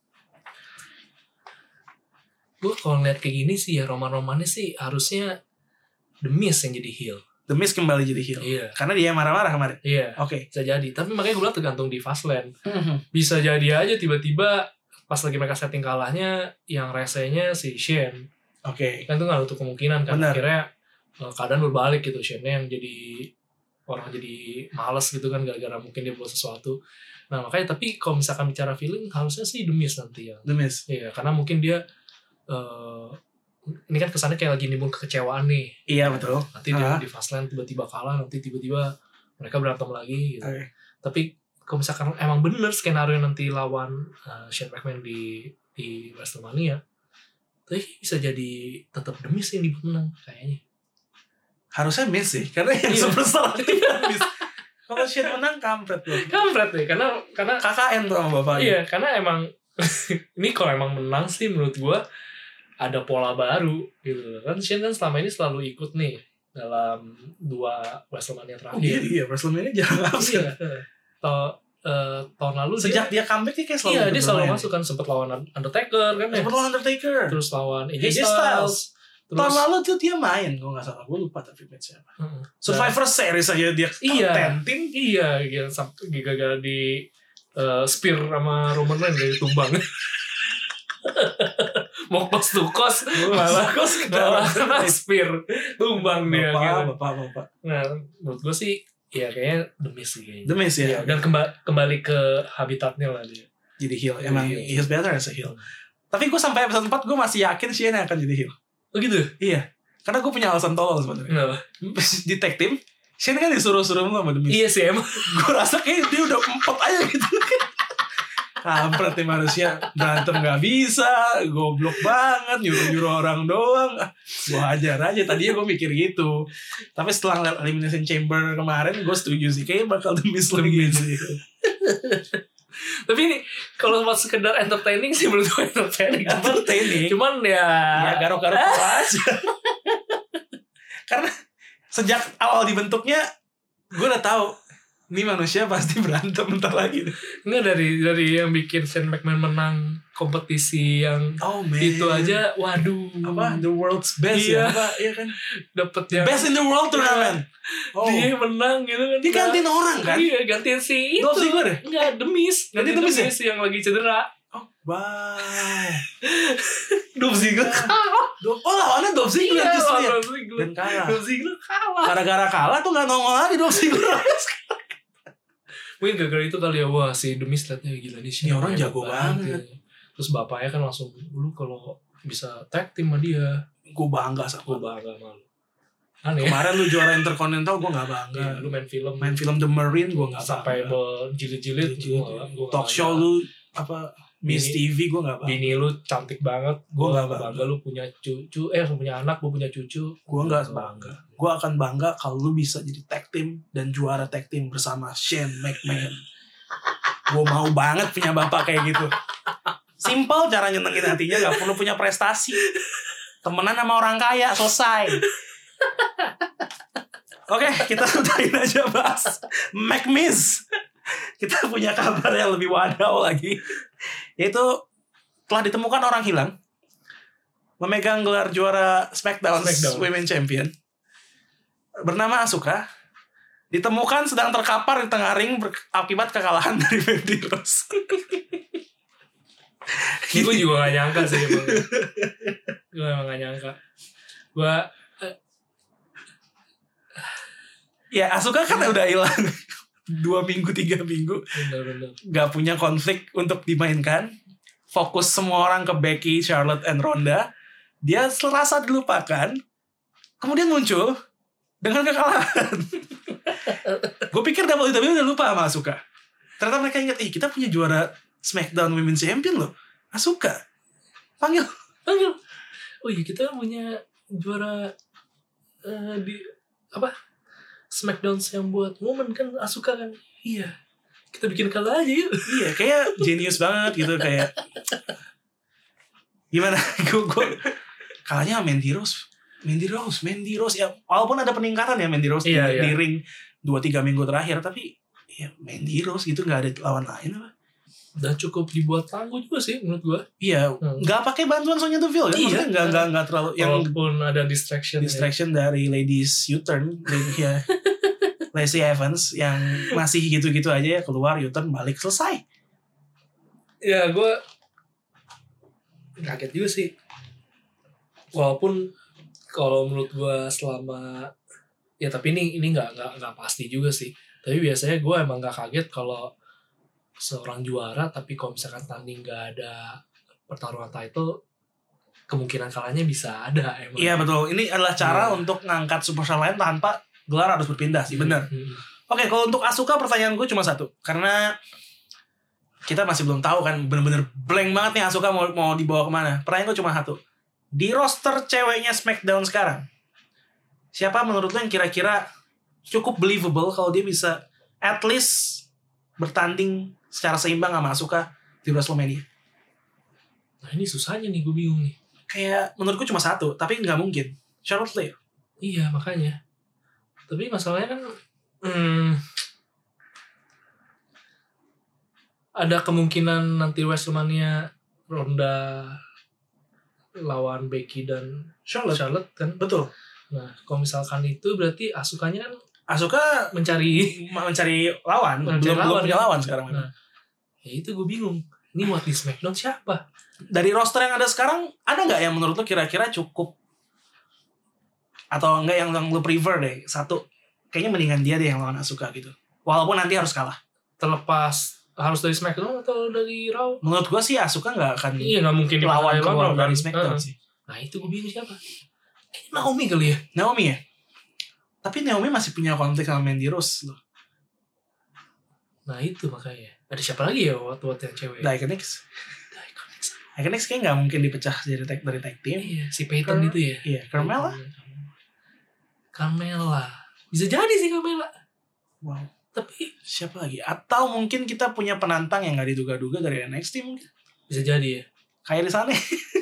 Gue kalau ngeliat kayak gini sih ya, Roman-Romannya sih harusnya The Miz yang jadi heel. The Miz kembali jadi heel. Iya. Karena dia yang marah-marah kemarin. Iya. Oke. Okay. Bisa jadi. Tapi makanya gue bilang tergantung di Fastlane. Mm-hmm. Bisa jadi aja tiba-tiba pas lagi mereka setting kalahnya yang resenya si Shane. Oke. Okay. Kan itu gak ada kemungkinan kan. Benar. Akhirnya keadaan berbalik gitu. Shane-nya yang jadi orang jadi males gitu kan gara-gara mungkin dia buat sesuatu. Nah makanya tapi kalau misalkan bicara feeling harusnya sih The Miz nanti ya. The Miz. Iya karena mungkin dia uh, ini kan kesannya kayak lagi nimbun kekecewaan nih. Iya betul. Nanti dia uh-huh. di Fastlane tiba-tiba kalah, nanti tiba-tiba mereka berantem lagi gitu. Okay. Tapi kalau misalkan emang bener skenario nanti lawan uh, Shane McMahon di di WrestleMania, tapi bisa jadi tetap The Miz yang dimenang kayaknya. Harusnya Miz sih, karena yang iya. superstar aktif Miz. Kalau Shane menang kampret loh. Kampret deh, karena karena K K N tuh sama bapaknya. Iya, karena emang ini kalau emang menang sih menurut gua ada pola baru gitu kan. Shane kan selama ini selalu ikut nih dalam dua WrestleMania terakhir. Oh, iya, iya, WrestleMania jarang absen. Iya. Toh, uh, tahun lalu sejak dia, dia comeback dia kayak selalu iya, dia selalu masuk kan, sempat lawan Undertaker kan ya. Sempat lawan Undertaker. Terus lawan A J Styles. Styles. Terus, tahun lalu tuh dia main, gue nggak salah, gue lupa tapi match siapa. Uh, Survivor nah, Series aja dia iya, kontentin. Iya, gitu, gara-gara di uh, spear sama Roman Reigns dari tumbang. Mau kos tuh kos malah kos malah spear tumbang dia bapak, gitu. Bapak, bapak. Nah, menurut gue sih ya kayaknya The Miz sih kayaknya. The Miz ya. Ya, dan kembali kembali ke habitatnya lah dia. Jadi heel, emang heel. He's better as a heel. Tapi gue sampai episode empat gue masih yakin Shane akan jadi heel. Oh gitu? Iya. Karena gue punya alasan tolol sebenarnya. Kenapa? Di tag team, Shane kan disuruh-suruh sama The Miz. Iya sih emang. Gue rasa kayak dia udah empot aja gitu. Kampret nih manusia, berantem gak bisa, goblok banget, nyuruh-nyuruh orang doang. Gue hajar aja, tadinya gue mikir gitu. Tapi setelah Elimination Chamber kemarin, gue setuju sih, kayaknya bakal The Miz lagi gitu. Tapi ini kalau buat sekedar entertaining sih menurut gue entertaining. Entertaining. Cuman ya, ya garuk-garuk aja. Karena sejak awal dibentuknya, gue udah tahu ini manusia pasti berantem bentar lagi. Enggak dari dari yang bikin Shane McMahon menang kompetisi yang oh, man. Itu aja, waduh. Apa? The world's best iya. ya? Apa? Iya kan? Dapat yang best in the world tournament. Oh. Dia menang gitu kan. Dia gantiin orang kan? Iya, gantiin si itu. Dolph Ziggler ya? Enggak, The Miz. Gantiin The Miz ya? yang lagi cedera. Oh, wow. Dolph Ziggler kalah. Oh, lawannya Dolph Ziggler iya, justru ya. Dan kalah. Dolph Ziggler kalah. Gara-gara kalah tuh gak nongol lagi Dolph Ziggler. Mungkin gara-gara itu kali ya, wah si The Miz liatnya gila nih. Ini orang jago banget. banget. Terus bapaknya kan langsung, lu kalau bisa tag team sama dia. Gue bangga sama. Gue bangga sama lu. Aneh. Kemarin lu juara Intercontinental gue gak bangga. Ya, lu main film. Main film The Marine gue gak sampai bangga. berjilid-jilid. Talk show lu apa Miss T V gue gak bangga. Bini lu cantik banget. Gue gak bangga. bangga. Lu punya cucu. Eh punya anak, gue punya cucu. Gue gak bangga. Gue akan bangga kalau lu bisa jadi tag team dan juara tag team bersama Shane McMahon. Gue mau banget punya bapak kayak gitu. Simple cara nyenengin hatinya, gak perlu punya prestasi. Temenan sama orang kaya, selesai. Oke, kita udahin aja bahas McMiz. Kita punya kabar yang lebih wadaw lagi. Yaitu telah ditemukan orang hilang memegang gelar juara SmackDown, SmackDown. Women Champion bernama Asuka. Ditemukan sedang terkapar di tengah ring akibat kekalahan dari Mandy Rose. Ini gue juga gak nyangka sih. Gue emang gak nyangka. Gue uh, ya Asuka kan udah hilang dua minggu tiga minggu. Bener-bener. Gak punya konflik untuk dimainkan. Fokus semua orang ke Becky, Charlotte, and Ronda. Dia serasa dilupakan. Kemudian muncul dengan kekalahan. Gue pikir W W E udah lupa sama Asuka. Ternyata mereka ingat, eh kita punya juara SmackDown Women's Champion loh, Asuka. Panggil, panggil. Oh iya, kita punya juara uh, di apa? SmackDown yang buat woman kan Asuka kan. Iya. Kita bikin kalah aja yuk. Iya, kayak genius banget gitu, kayak gimana? Gue gue kalahnya Mandy Rose. Mandy Rose, Mandy Rose ya walaupun ada peningkatan ya Mandy Rose Iya, di, iya. di ring dua tiga minggu terakhir tapi ya Mandy Rose gitu nggak ada lawan lain apa? Dan cukup dibuat tangguh juga sih menurut gue. Iya, Hmm. nggak pakai bantuan Sonya Deville kan? Iya. Maksudnya nggak nggak nggak terlalu yang Walaupun ada distraction. distraction dari ladies U-turn, ya Lacey Evans yang masih gitu-gitu aja ya keluar U-turn balik selesai. Ya, ya gue kaget juga sih. Walaupun kalau menurut gue selama ya tapi ini ini nggak nggak nggak pasti juga sih. Tapi biasanya gue emang nggak kaget kalau seorang juara tapi kalau misalkan tanding nggak ada pertarungan title kemungkinan kalahnya bisa ada emang. Iya betul. Ini adalah cara Hmm. untuk ngangkat superstar lain tanpa gelar harus berpindah sih, benar. Hmm. Oke, kalau untuk Asuka pertanyaan gue cuma satu. Karena kita masih belum tahu kan, bener-bener blank banget nih Asuka mau, mau dibawa kemana. Pertanyaan gue cuma satu. Di roster ceweknya SmackDown sekarang, siapa menurut lo yang kira-kira cukup believable kalau dia bisa at least bertanding secara seimbang sama Asuka di WrestleMania? Nah ini susahnya nih, gue bingung nih. Kayak menurut gue cuma satu, tapi nggak mungkin. Charlotte Flair. Iya makanya. Tapi masalahnya kan hmm, ada kemungkinan nanti WrestleMania Ronda lawan Becky dan Charlotte. Charlotte kan. Betul. Nah kalau misalkan itu berarti Asukanya kan Asuka mencari mencari lawan, Mencari belum belum lawan, punya ya. lawan sekarang. Nah, ya itu gue bingung. Ini buat di SmackDown siapa? Dari roster yang ada sekarang, ada nggak yang menurut lo kira-kira cukup atau enggak yang, yang lo prefer deh? Satu, kayaknya mendingan dia deh yang lawan Asuka gitu. Walaupun nanti harus kalah. Terlepas harus dari SmackDown atau dari Raw? Menurut gue sih Asuka nggak akan Iya nggak mungkin lawan dipaksain keluar Raw, dari kan? SmackDown Heeh. sih. Nah itu gue bingung siapa? Kayaknya Naomi kali ya. Naomi ya? Tapi Naomi masih punya konflik sama Mandy Rose loh. Nah itu makanya. Ada siapa lagi ya waktu-waktu yang cewek? The Iconics. Iconics kayaknya nggak mungkin dipecah dari tag dari tag team. Iya, si Peyton Car- itu ya. Iya, Carmella. Carmella. Bisa jadi sih Carmella. Wow. Tapi Siapa lagi? Atau mungkin kita punya penantang yang nggak diduga-duga dari N X T mungkin. bisa jadi ya. Kayak di sana.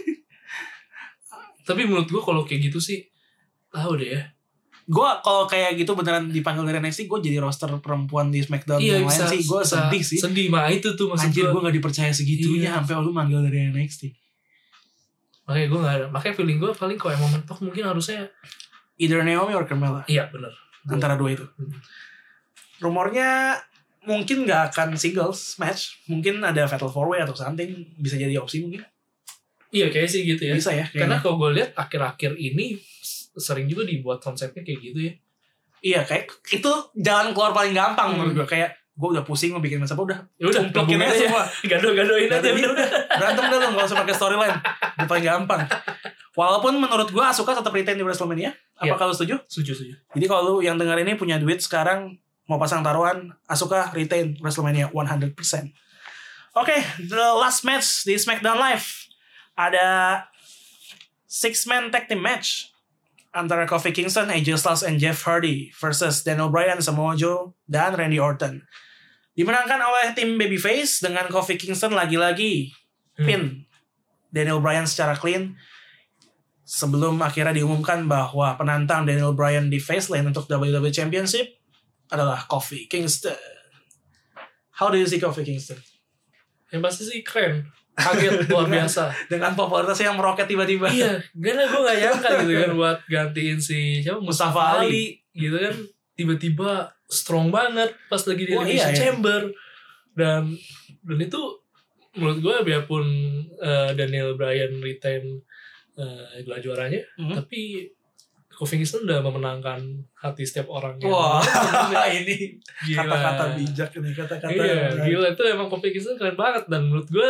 Tapi menurut gue kalau kayak gitu sih tahu deh ya. Gue kalau kayak gitu beneran dipanggil dari N X T, gue jadi roster perempuan di SmackDown Iya yang bisa, lain sih. Gue bisa sedih sih. Sedih, mah itu tuh maksud Anjir, gue. gue gak dipercaya segitunya Iya. sampai lu manggil dari N X T. Makanya gue gak ada. Makanya feeling gue paling kalau emang mentok mungkin harusnya. Either Naomi or Carmella. Iya bener. Antara dua itu. Hmm. Rumornya mungkin gak akan singles match. Mungkin ada Fatal four way atau something. Bisa jadi opsi mungkin. Iya kayaknya sih gitu ya. Bisa ya. Karena Kayaknya. kalau gue lihat akhir-akhir ini sering juga dibuat konsepnya kayak gitu ya. Iya kayak itu jalan keluar paling gampang Hmm. menurut gue. Kayak gue udah pusing mau bikin match apa udah. Ya udah Cumplakin gabungin aja semua. Gado-gadoin aja Udah, udah. udah. Berantem dah lu. Gak usah pakai storyline. Udah paling gampang. Walaupun menurut gue Asuka tetap retain di WrestleMania. Iya. Apa kalau setuju? Setuju setuju. Jadi kalau lu yang dengar ini punya duit sekarang mau pasang taruhan, Asuka retain WrestleMania one hundred percent. Oke, okay, the last match di SmackDown Live. Ada six man tag team match antara Kofi Kingston, A J Styles, and Jeff Hardy versus Daniel Bryan, Samoa Joe, dan Randy Orton. Dimenangkan oleh tim Babyface dengan Kofi Kingston lagi-lagi pin Daniel Bryan secara clean. Sebelum akhirnya diumumkan bahwa penantang Daniel Bryan di Facelane untuk W W E Championship adalah Kofi Kingston. How do you see Kofi Kingston? Yang pasti sih keren. Kaget luar biasa. Dengan popularitasnya yang meroket tiba-tiba. Iya, karena gue gak nyangka gitu kan buat gantiin si siapa Mustafa Ali. gitu kan. Tiba-tiba strong banget pas lagi di Wah, iya, Elimination iya. Chamber. Dan dan itu menurut gue biarpun uh, Daniel Bryan retain uh, gelar juaranya, Hmm. tapi Kofi Kingston udah memenangkan hati setiap orang. yang- Wah, ini Gila. kata-kata bijak nih, kata-kata. Iya, gila itu emang Kofi Kingston keren banget. Dan menurut gue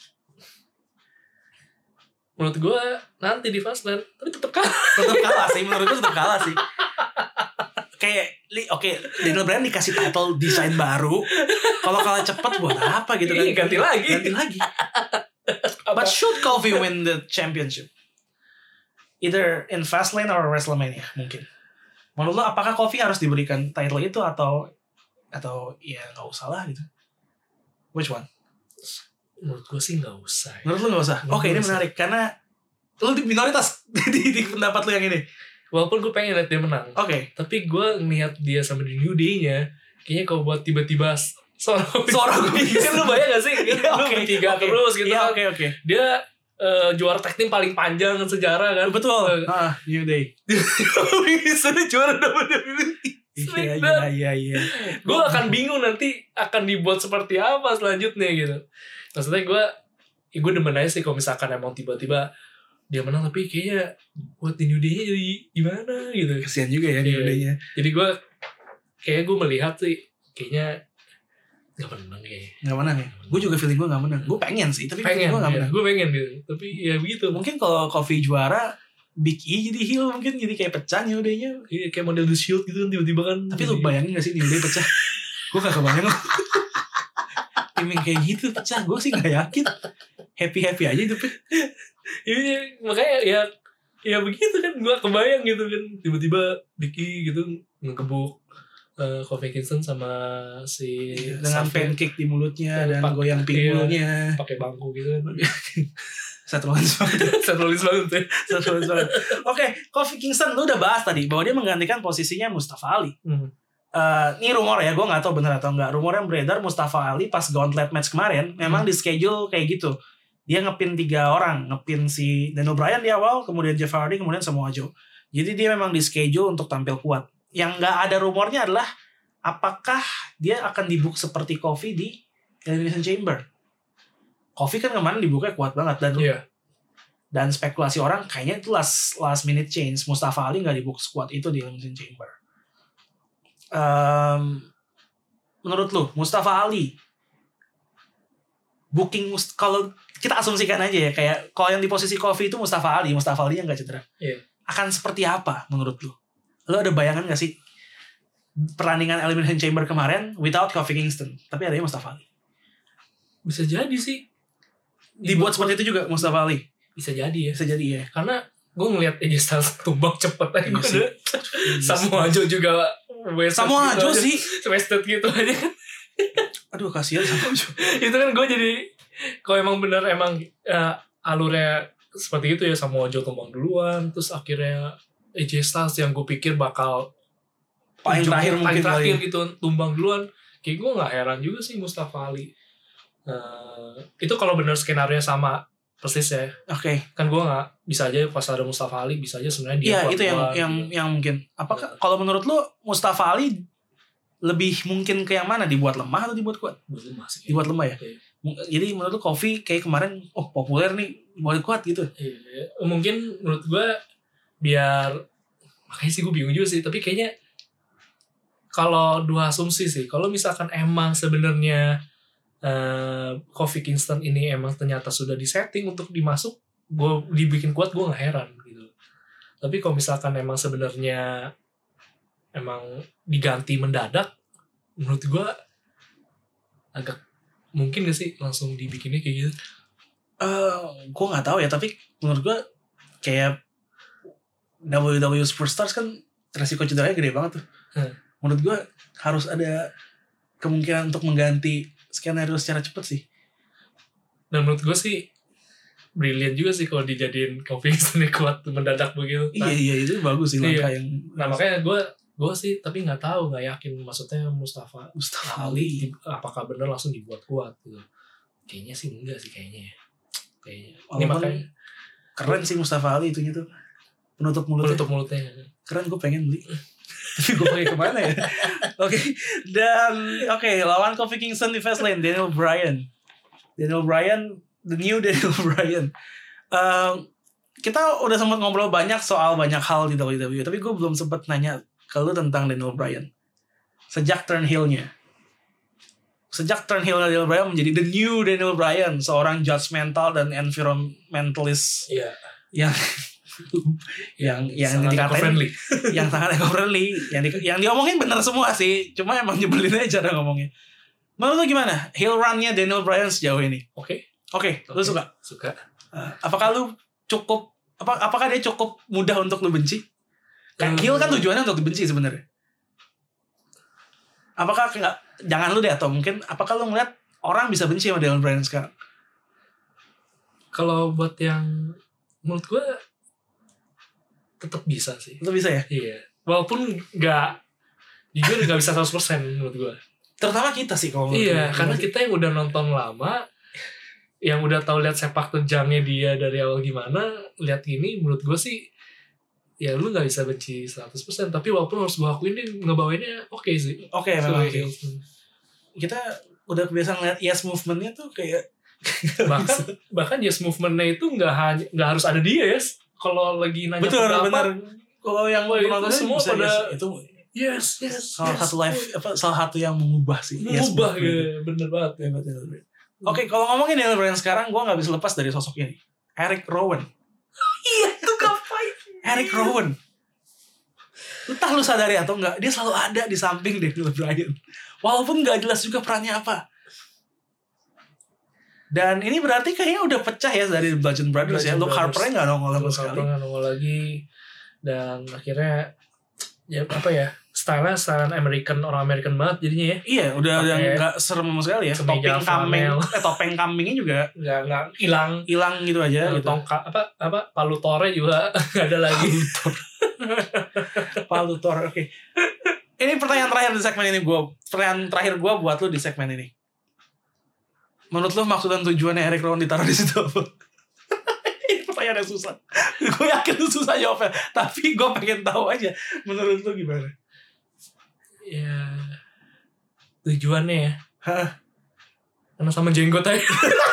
menurut gue nanti di Fastlane tapi tetap kalah. Tetap kalah sih, menurut gue tetap kalah sih. Kayak, li- oke, Daniel Bryan dikasih title desain baru. Kalau kalah cepat buat apa gitu kan? Iya, ganti lagi. Ganti lagi. But should Kofi win the championship? Either in Fastlane or WrestleMania mungkin. Menurut lo apakah Kofi harus diberikan title itu atau atau ya nggak usah lah gitu? Which one? Menurut gue sih nggak usah. Ya. Menurut lo nggak usah. Menurut Oke, gue ini nggak usah. menarik karena Lu di minoritas di, di pendapat lu yang ini. Walaupun gue pengen lihat dia menang. Oke. Okay. Tapi gue ngeliat dia sama The New Day-nya, kayaknya kalau buat tiba-tiba seorang seorang kan lu bayang gak sih? Lu okay, bertiga okay. terus gitu yeah, kan. Oke okay, oke. Okay. Dia uh, juara tag team paling panjang sejarah kan. Betul. Ah, New Day. Bisa juara W W E. Iya iya iya iya. Gue akan bingung nanti akan dibuat seperti apa selanjutnya gitu. Maksudnya gue, ya gue demen aja sih kalau misalkan emang tiba-tiba dia menang tapi kayaknya buat di New Day-nya jadi gimana gitu. Kasian juga ya New Day-nya. Jadi gue kayak gue melihat sih kayaknya gak menang kayaknya. Gak menang ya? Gue juga feeling gue gak menang. Gue pengen sih tapi pengen, gue gak menang. Ya, gue pengen gitu. Tapi ya begitu. Mungkin kalau Kofi juara Big E jadi heel mungkin jadi kayak pecah New Day-nya. Iya kayak model The Shield gitu kan tiba-tiba kan. Tapi lu bayangin gak sih New Day pecah? Gue gak kebayang. Tim yang kayak gitu pecah gue sih gak yakin. Happy-happy aja hidupnya. Iya makanya ya ya begitu kan gue kebayang gitu kan tiba-tiba Diki gitu ngegebuk uh, Kofi Kingston sama si dengan Safin. pancake di mulutnya dan Pak, goyang pinggulnya iya, pakai bangku gitu kan. Satu Rollins banget. Satu Rollins banget ya. Satu Rollins banget. Oke, Kofi Kingston lu udah bahas tadi bahwa dia menggantikan posisinya Mustafa Ali. Hmm. Uh, ini rumor ya, gue nggak tahu benar atau enggak. Rumor yang beredar Mustafa Ali pas gauntlet match kemarin memang hmm. di schedule kayak gitu. Dia ngepin tiga orang, ngepin si Daniel Bryan di awal, kemudian Jeff Hardy, kemudian Samoa Joe. Jadi dia memang di schedule untuk tampil kuat. Yang nggak ada rumornya adalah apakah dia akan dibook seperti Kofi di Elimination Chamber. Kofi kan kemarin dibuka kuat banget dan yeah. dan spekulasi orang kayaknya itu last last minute change. Mustafa Ali nggak dibook squad itu di Elimination Chamber. Um, menurut lu Mustafa Ali booking must- kalau kita asumsikan aja ya kayak kalau yang di posisi Kofi itu Mustafa Ali, Mustafa Ali yang nggak cedera, yeah. akan seperti apa menurut lu? Lu ada bayangan nggak sih pertandingan Elimination Chamber kemarin without Kofi Kingston, tapi adanya Mustafa Ali? Bisa jadi sih dibuat seperti itu juga Mustafa Ali. Bisa jadi ya. Bisa jadi ya. Karena gue ngeliat A J Styles tumbang cepet aja gue udah. Samoa Joe juga Samoa Joe sih wasted gitu aja. Aduh kasihan Samoa Joe. Itu kan gue jadi kalau emang bener emang uh, alurnya seperti itu ya, Samoa Joe tumbang duluan, terus akhirnya A J Styles yang gue pikir bakal paling terakhir mungkin terakhir gitu tumbang duluan. Kayak gue nggak heran juga sih Mustafa Ali. Uh, itu kalau bener skenario sama persis ya. Oke. Okay. Kan gue nggak bisa aja pas ada Mustafa Ali bisa aja sebenarnya dia. Iya itu yang gua, yang gitu. Yang mungkin. Apakah ya. Kalau menurut lo Mustafa Ali lebih mungkin ke yang mana, dibuat lemah atau dibuat kuat? Dibuat lemah sih. Dibuat lemah ya. Okay. Jadi menurut lo Kofi kayak kemarin oh populer nih buat kuat gitu. Iya. Mungkin menurut gue biar makanya sih gue bingung juga sih. Tapi kayaknya kalau dua asumsi sih. Kalau misalkan emang sebenarnya Uh, Kofi Kingston ini emang ternyata sudah disetting untuk dimasuk, gue dibikin kuat, gue nggak heran gitu. Tapi kalau misalkan emang sebenarnya emang diganti mendadak, menurut gue agak mungkin gak sih langsung dibikinnya kayak gitu? Uh, gue nggak tahu ya, tapi menurut gue kayak W W E Superstars kan resiko cederanya gede banget tuh. Hmm. Menurut gue harus ada kemungkinan untuk mengganti skenario secara cepat sih. Dan menurut gue sih brilian juga sih kalau dijadiin Kofi Kingston kuat mendadak begitu. Nah, iya iya itu bagus sih langkah iya. yang. Nah makanya gue gue sih tapi nggak tahu nggak yakin maksudnya Mustafa Mustafa Ali apakah benar langsung dibuat kuat gitu. Kayaknya sih enggak sih kayaknya. Kayaknya. Ini makanya keren sih Mustafa Ali itunya tuh penutup mulutnya. Penutup mulutnya. Keren, gue pengen beli. Tapi gue pakai kemana ya? Oke, okay. Dan oke okay, lawan Kofi Kingston di Fastlane, Daniel Bryan. Daniel Bryan, the new Daniel Bryan. Uh, kita udah sempat ngobrol banyak soal banyak hal di W W E, tapi gue belum sempat nanya ke lu tentang Daniel Bryan. Sejak turn heel-nya, sejak turn heel Daniel Bryan menjadi the new Daniel Bryan, seorang judgmental dan environmentalist yeah. yang yang yang dikatain yang sangat eco-friendly, yang di, yang diomongin benar semua sih, cuma emang nyebelin aja cara ngomongnya. Menurut lu gimana heel run-nya Daniel Bryan sejauh ini? Oke, okay. oke, okay, lu suka? Suka. Uh, apakah lu cukup apa apakah dia cukup mudah untuk lu benci? Kan heel kan tujuannya untuk dibenci sebenarnya. Apakah enggak, jangan lu deh, atau mungkin apakah lu ngeliat orang bisa benci sama Daniel Bryan sekarang? Kalau buat yang menurut gue tetap bisa sih. Tetap bisa ya? Iya. Walaupun nggak, jujur nggak bisa seratus persen menurut gue. Terutama kita sih kalau iya, gue. Karena kita yang udah nonton lama, yang udah tahu lihat sepak terjangnya dia dari awal gimana, lihat ini menurut gue sih, ya lu nggak bisa benci seratus persen. Tapi walaupun harus gue akuin dia ngebawainnya oke okay sih. Oke, okay, memang okay. Kita udah kebiasaan lihat yes movementnya tuh kayak bahkan bahkan yes movementnya itu nggak hanya nggak harus ada dia ya. Kalau lagi nanya betul, pendapat, benar. Kalau yang penonton semua pada yes, itu yes, yes, salah yes, satu live apa salah satu yang mengubah sih. Mengubah yes, ya, bener banget ya, betul. Oke, okay, kalau ngomongin Daniel Bryan sekarang, gue nggak bisa lepas dari sosoknya nih, Eric Rowan. Iya, itu ngapain? Eric Rowan. Entah lu sadari atau enggak, dia selalu ada di samping Daniel Bryan. Walaupun nggak jelas juga perannya apa. Dan ini berarti kayaknya udah pecah ya dari Bludgeon Brothers ya. Luke Harper-nya nggak nongol sama sekali. Luke Harper nggak nongol lagi. Dan akhirnya ya apa ya, style-nya style American, orang American banget jadinya ya. Iya, udah udah nggak serem sama sekali ya. Topeng kambing, eh topeng kambingnya juga nggak nggak hilang hilang gitu aja. Gitu. Tongkat apa apa palu tore juga nggak ada lagi. Palu tore, oke. Okay. Ini pertanyaan terakhir di segmen ini gue, pertanyaan terakhir gue buat lu di segmen ini. Menurut lu maksud dan tujuannya Eric Rowan ditaruh di situ apa? Ini pertanyaan yang susah. Gue yakin lu susah jawabnya, tapi gue pengen tahu aja. Menurut lu gimana? Ya tujuannya ya. Hah? Karena sama jenggot aja.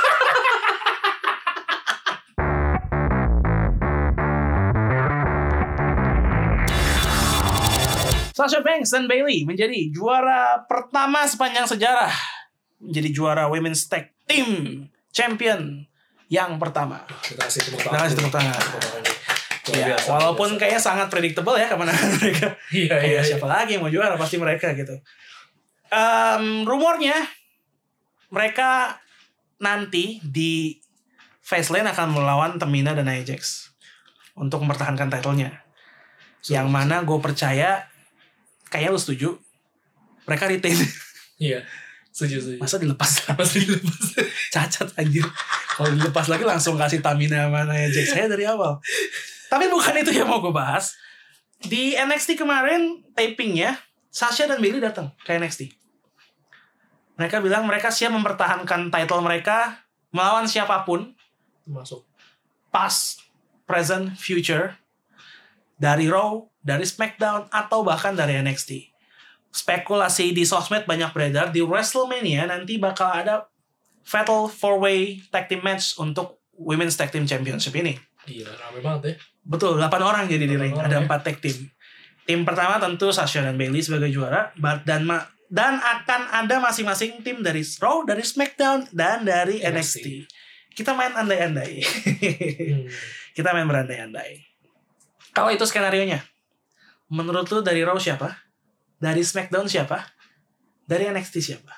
Sasha Banks dan Bayley menjadi juara pertama sepanjang sejarah, menjadi juara Women's Tag Team Champion yang pertama. Kita kasih tepuk tangan. Kita kasih tepuk tangan. Ya, walaupun biasa. Kayaknya sangat predictable ya kemana mereka. Iya, iya, siapa iya. lagi yang mau juara, pasti mereka gitu. Um, rumornya mereka nanti di Fastlane akan melawan Tamina dan Nia Jax untuk mempertahankan title-nya. So, yang mana gue percaya, kayaknya lu setuju, mereka retain. Iya, setuju, setuju. Masa dilepas? Masa dilepas? Cacat anjir. Kalau dilepas lagi langsung kasih Tamina sama Nia Jax saya dari awal. Tapi bukan itu yang mau gue bahas. Di N X T kemarin tapingnya, Sasha dan Bayley datang ke N X T. Mereka bilang mereka siap mempertahankan title mereka melawan siapapun, masuk past, present, future, dari Raw, dari SmackDown, atau bahkan dari N X T. Spekulasi di sosmed banyak beredar, di WrestleMania nanti bakal ada Fatal four-way Tag Team Match untuk Women's Tag Team Championship ini. Gila, rame banget ya. Betul, delapan orang jadi di ring, ada ya. empat tag team. Tim pertama tentu Sasha dan Bayley sebagai juara, dan ma- dan akan ada masing-masing tim dari Raw, dari SmackDown, dan dari N X T. N X T. Kita main andai-andai. hmm. Kita main berandai-andai. Kalau itu skenarionya, menurut lu dari Raw siapa? Dari SmackDown siapa? Dari N X T siapa?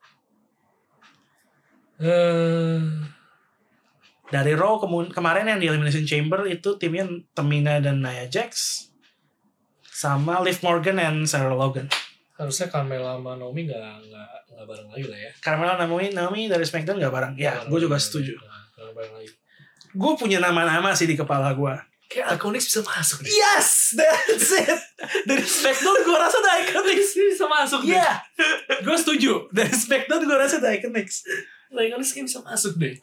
Uh... Dari Raw kemu- kemarin yang di Elimination Chamber itu timnya Tamina dan Nia Jax sama Liv Morgan dan Sarah Logan. Harusnya Carmella sama Naomi nggak nggak nggak bareng lagi lah ya. Carmella Naomi Naomi dari SmackDown nggak bareng. Ya, gue juga setuju. Nggak bareng lagi. Gue punya nama-nama sih di kepala gue. Kayak Iconics bisa masuk deh. Yes, that's it. Dari SmackDown gue rasa The Iconics bisa masuk deh. Iya, yeah. Gue setuju. Dari SmackDown gue rasa The Iconics. The Iconics kayak bisa masuk deh.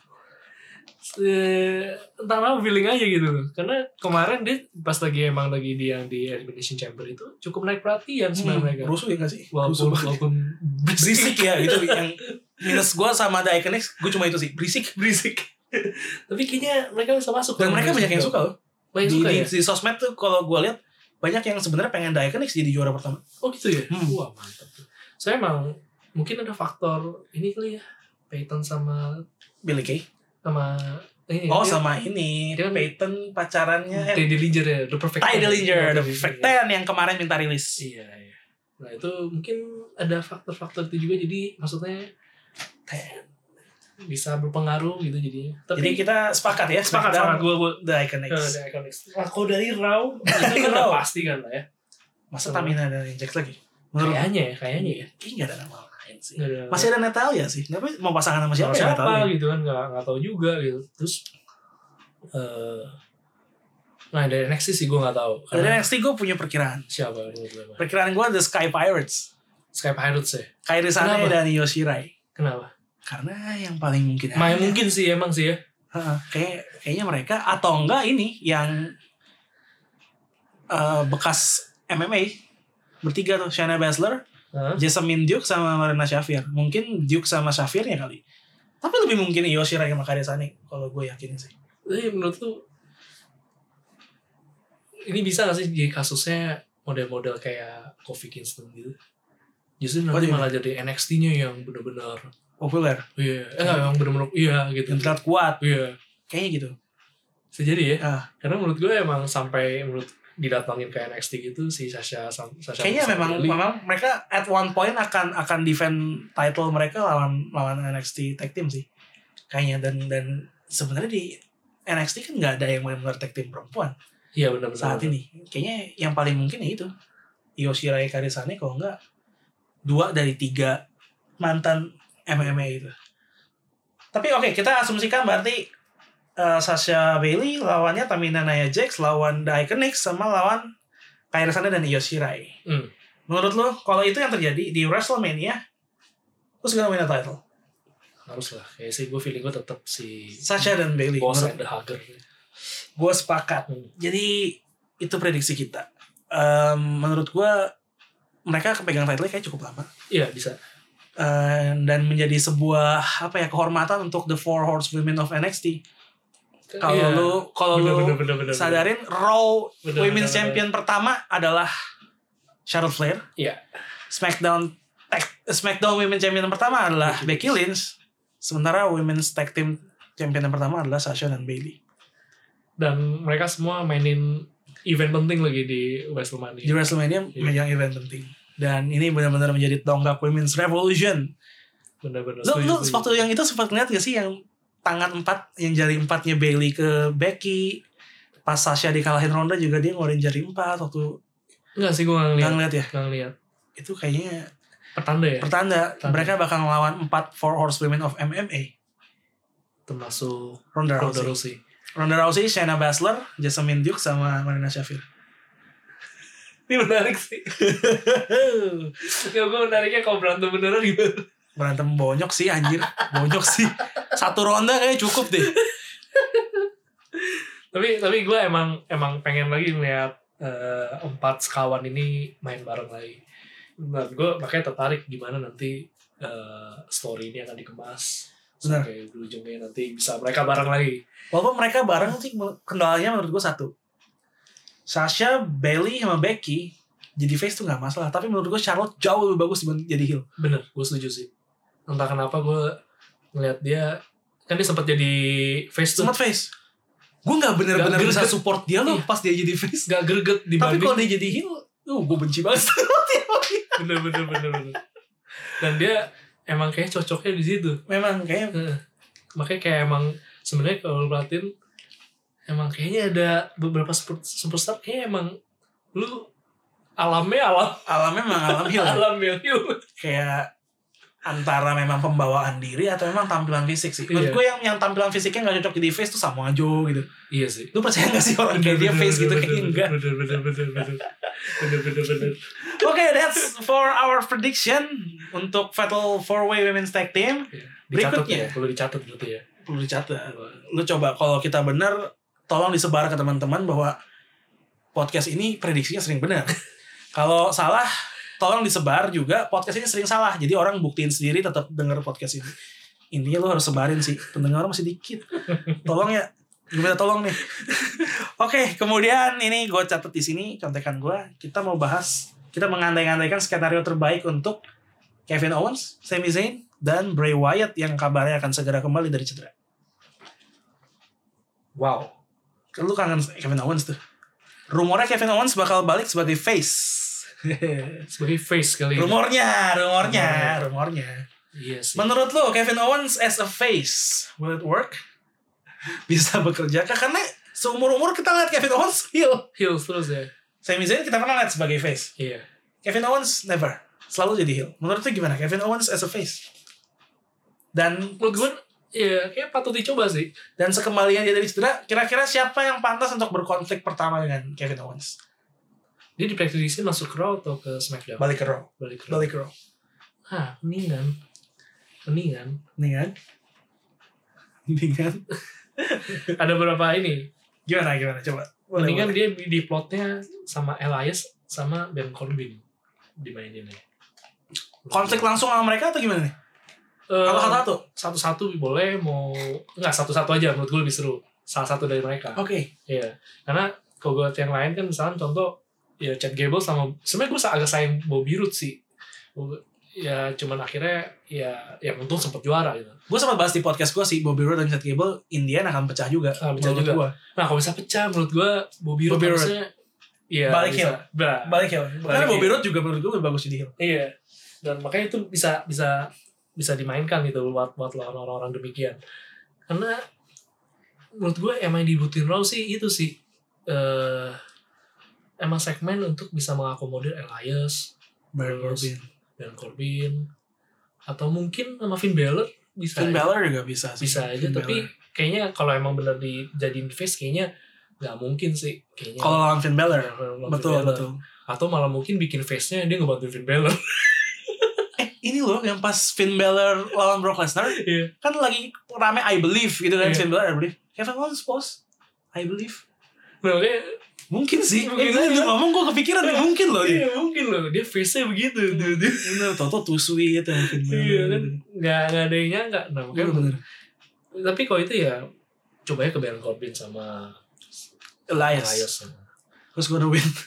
Entah apa feeling aja gitu loh. Karena kemarin dia pas lagi emang lagi di yang di Elimination Chamber itu cukup naik perhatian sebenarnya hmm, mereka. Rusuh ya gak sih? Walaupun, walaupun berisik ya gitu. Yang minus gue sama The Iconics, gue cuma itu sih, berisik, berisik. Tapi kayaknya mereka bisa masuk. Dan mereka banyak yang suka loh. Banyak di, suka di, ya? di sosmed tuh kalau gue lihat banyak yang sebenarnya pengen The Iconics jadi juara pertama. Oh gitu ya? Hmm. Wah mantap tuh. Saya emang mungkin ada faktor ini kali ya, Peyton sama Billie Kay. Sama ini, oh dia, sama ini dia Peyton pacarannya Teddy Dillinger ya, The Perfect Teddy Dillinger, The Perfect Ten yang kemarin minta rilis. Iya, iya. Nah itu mungkin ada faktor-faktor itu juga, jadi maksudnya ten bisa berpengaruh gitu jadinya. Tapi jadi kita sepakat ya, sepakat sama gue gue The Iconics. Uh, The Iconics. Nah, kalau dari Raw itu kan udah pasti kan lah ya. Masa Tamina dan Jax lagi? Menurut kayaknya ya, kayaknya ya. Kayaknya nggak ada nama lain sih. Ada, masih ada Natalia sih. Tapi mau pasangan sama siapa? Siapa ya, gitu kan nggak nggak tahu juga gitu. Terus uh, Nah dari N X T sih gue nggak tahu. Dari Karena N X T gue punya perkiraan. siapa menurut lo? Perkiraan gue The Sky Pirates. Sky Pirates ya. Kairi Sane Kenapa? dan Io Shirai. Kenapa? Karena yang paling mungkin Main aja. mungkin sih emang sih ya. Heeh, kayak kayaknya mereka atau enggak ini yang uh, bekas M M A bertiga tuh, Shayna Baszler, Hah? Jessamine Duke sama Marina Shafir. Mungkin Duke sama Shafirnya kali. Tapi lebih mungkin Io Shirai sama Kairi Sane kalau gue yakin sih. Jadi menurut lu ini bisa gak sih jadi kasusnya model-model kayak Kofi Kingston gitu? Justru Oh, nanti iya. malah jadi N X T-nya yang benar-benar Populer, iya, eh enggak, yang benar-benar iya gitu. yang terlihat kuat, Iya, kayaknya gitu. bisa jadi ya. Ah. Karena menurut gue emang sampai menurut didatangin ke N X T gitu si Sasha Sam- Sasha Kayaknya memang Bailey. memang mereka at one point akan akan defend title mereka lawan lawan N X T tag team sih. Kayaknya dan dan sebenarnya di N X T kan nggak ada yang benar-benar tag team perempuan Iya benar-benar. saat ini. Kayaknya yang paling mungkin ya itu Io Shirai Kairi Sane, kalau enggak dua dari tiga mantan M M A itu. Tapi oke, kita asumsikan berarti uh, Sasha Bailey lawannya Tamina Nia Jax, lawan The Iconics, sama lawan Kairi Sane dan Io Shirai. Hmm. Menurut lo, kalau itu yang terjadi di WrestleMania, who's gonna win the title? Harus lah. Kayak sih gue feeling gue tetap si Sasha dan Bailey. Boss Menurut and the Hugger. gue sepakat. Hmm. Jadi itu prediksi kita. Um, menurut gue mereka kepegang title kayak cukup lama. Iya bisa. Uh, dan menjadi sebuah apa ya kehormatan untuk the four horsewomen of N X T. Kalau Iya. lu kalau lu Bener, bener, bener, bener. sadarin Raw Bener, Women's bener, Champion pertama adalah Charlotte Flair. Iya. SmackDown tag, SmackDown Women's Champion pertama adalah Becky Lynch. Sementara Women's Tag Team Champion yang pertama adalah Sasha dan Bailey. Dan mereka semua mainin event penting lagi di WrestleMania. Di WrestleMania Iya. megang event penting. Dan ini benar-benar menjadi tonggak Women's Revolution. Bener-bener. Lu, setuju, lu setuju. waktu yang itu sempat ngeliat gak sih yang tangan empat, yang jari empatnya Bailey ke Becky, pas Sasha dikalahin Ronda juga dia ngeluarin jari empat waktu Enggak sih gue gak nggak ngeliat. ngeliat ya. Gak ngeliat. Itu kayaknya Pertanda ya. pertanda Pertanda. mereka bakal ngelawan empat four horsewomen of M M A. Termasuk Ronda Ronda Rousey. Rousey. Ronda Rousey, Shayna Baszler, Jessamine Duke sama Marina Shafir. Ini menarik sih. Ya gue menariknya kalau berantem beneran gimana? Berantem bonyok sih anjir. Bonyok sih. Satu ronda kayaknya cukup deh. tapi tapi gue emang emang pengen lagi ngeliat uh, empat sekawan ini main bareng lagi. Nah, gue makanya tertarik gimana nanti uh, story ini akan dikemas Benar. sampai di ujungnya nanti bisa mereka bareng lagi. Walaupun mereka bareng sih kendalanya menurut gue satu. Sasha, Bailey sama Becky jadi face tuh gak masalah. Tapi menurut gue Charlotte jauh lebih bagus dibanding jadi heel. Bener, gue setuju sih. Entah kenapa gue ngeliat dia kan dia sempat jadi face tuh. Sempat face. Gue gak bener-bener Gak bisa greget. support dia loh Iya. pas dia jadi face. Gak greget Tapi dibanding. kalau dia jadi heel, uh, gue benci banget. bener bener bener bener. Dan dia emang kayak cocoknya di situ. Memang kayak Heeh. Makanya kayak emang sebenarnya kalau lu perhatiin emang kayaknya ada beberapa super, superstar kayak emang lu alamnya alam alamnya memang alam heel. alam heel. Kayak antara memang pembawaan diri atau memang tampilan fisik sih. Menurut Iya. gue yang yang tampilan fisiknya gak cocok jadi face tuh Samoa Joe gitu. Iya sih. Lu percaya gak sih orang kayak dia face gitu? Kayaknya enggak. Bener bener bener bener bener bener bener. Oke, that's for our prediction untuk Fatal four way Women's Tag Team. Dicatat Berikutnya. ya, perlu dicatat berarti ya. Perlu dicatat. Lu coba kalau kita benar, tolong disebar ke teman-teman bahwa podcast ini prediksinya sering benar. Kalau salah, tolong disebar juga podcast ini sering salah. Jadi orang buktiin sendiri tetap denger podcast ini. Intinya lu harus sebarin sih. Pendengar masih dikit. Tolong ya. Gue minta tolong nih. Oke, kemudian ini gue catat di sini contekan gue. Kita mau bahas, kita mengandai-andaikan skenario terbaik untuk Kevin Owens, Sami Zayn, dan Bray Wyatt yang kabarnya akan segera kembali dari cedera. Wow. Lu kangen Kevin Owens tuh. Rumornya Kevin Owens bakal balik sebagai face. Sebagai face kali. rumornya, rumornya, rumornya. Iya sih. Menurut lu Kevin Owens as a face, will it work? Bisa bekerja kah? Karena seumur-umur kita lihat Kevin Owens heel. Heels terus ya. Sami Zayn kita pernah lihat sebagai face. Iya. Kevin Owens never. Selalu jadi heel. Menurut lu gimana Kevin Owens as a face? Dan Menurut gue Iya, kayak patut dicoba sih. Dan sekembalinya dia dari cedera, kira-kira siapa yang pantas untuk berkonflik pertama dengan Kevin Owens? Dia diprediksi masuk ke Raw atau ke SmackDown? Balik ke Raw. Balik ke Raw. Balik ke Raw. Hah, mendingan. Mendingan. Mendingan. Mendingan. Ada berapa ini? Gimana, gimana? Coba. Boleh, Mendingan boleh. dia di plotnya sama Elias sama Baron Corbin dimaininnya. Konflik langsung sama mereka atau gimana nih? Uh, Atau satu-satu? Satu-satu boleh, mau enggak satu-satu aja menurut gue lebih seru. Salah satu dari mereka. Oke. Okay. Iya. Karena kalau gue lihat yang lain kan misalnya contoh ya Chad Gable sama sebenarnya gue agak sayang Bobby Roode sih. Ya cuman akhirnya ya yang untung sempat juara gitu. Gue sempat bahas di podcast gue sih Bobby Roode dan Chad Gable Indian akan pecah juga. Ah, pecah juga. Gua. Nah kalau bisa pecah menurut gue Bobby Roode harusnya ya balik heel. Bah, balik heel. Karena Bobby Roode juga menurut gue lebih bagus di heel. Iya. Dan makanya itu bisa bisa bisa dimainkan gitu buat buat lawan orang-orang demikian. Karena menurut gue emang yang dibutuhin Raw sih itu sih uh, emang segmen untuk bisa mengakomodir Elias, Baron Corbin, Baron Corbin, atau mungkin sama Finn Balor bisa. Finn Balor juga bisa. Sih. Bisa aja. Finn Tapi Balor. Kayaknya kalau emang benar dijadiin face kayaknya nggak mungkin sih. Kayaknya. Kalau lawan Finn Balor, betul Finn Balor. betul. Atau malah mungkin bikin face-nya dia ngebantuin Finn Balor. Ini loh yang pas Finn Balor lawan Brock Lesnar yeah. kan lagi rame I believe gitu kan. Yeah. Finn Balor I believe Kevin Owens post I believe nah, kayak, mungkin sih mungkin eh, dia ngomong gue kepikiran yeah. mungkin loh iya yeah, mungkin loh dia face-nya begitu tuh dia bener Toto tusui gitu Finn Balor iya kan nggak nggak ada yang nyangka nah makanya bener. Tapi kalau itu ya coba ya ke Baron Corbin sama Elias, Elias. Terus gue udah win.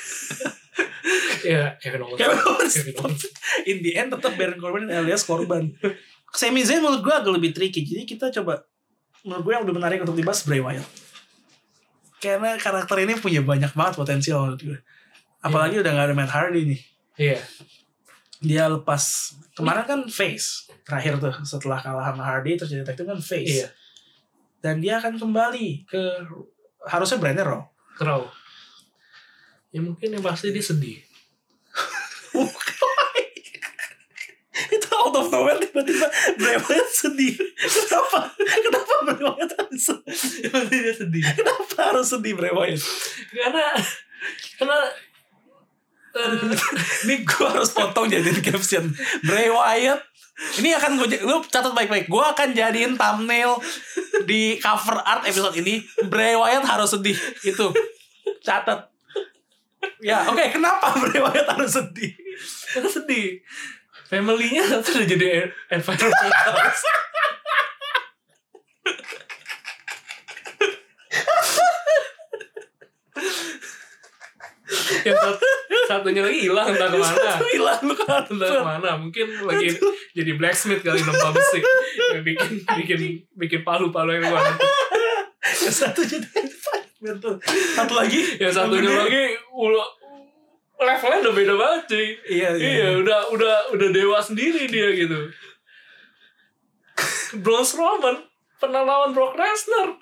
Ya, Kevin Owens. Kevin Owens. In the end tetap Baron Corbin dan Elias korban. Sami Zayn menurut gue agak lebih tricky. Jadi kita coba menurut gue yang udah menarik untuk dibahas Bray Wyatt. Karena karakter ini punya banyak banget potensial menurut gue. Apalagi yeah. udah gak ada Matt Hardy nih. Iya. Yeah. Dia lepas kemarin kan face terakhir tuh setelah kalah sama Hardy terus jadi tag team kan face. Iya. Yeah. Dan dia akan kembali ke harusnya brandnya Raw. Ke Raw. Ya mungkin yang pasti dia sedih. Itu out of nowhere tiba-tiba Bray Wyatt sedih. Kenapa? Kenapa Bray Wyatt harus sedih? Dia sedih. Kenapa harus sedih Bray Wyatt? Karena karena uh, ini gue harus potong jadiin caption Bray Wyatt. Ini akan gue lu catat baik-baik. Gue akan jadiin thumbnail di cover art episode ini. Bray Wyatt harus sedih. Itu catat. Ya, oke. Okay. Kenapa Bray Wyatt harus sedih? Karena sedih. Family-nya sudah jadi environmentalist. Yang satu, satunya lagi hilang entah kemana. Hilang lu kan entah kemana. Mungkin lagi jadi blacksmith kali nempa besi. Yang bikin bikin bikin palu-palu yang luar. Yang satu jadi betul. Satu lagi. Yang satunya lagi ulo levelnya udah beda banget cuy. Iya, iya. Iya, udah udah udah dewa sendiri dia gitu. Braun Strowman pernah lawan Brock Lesnar.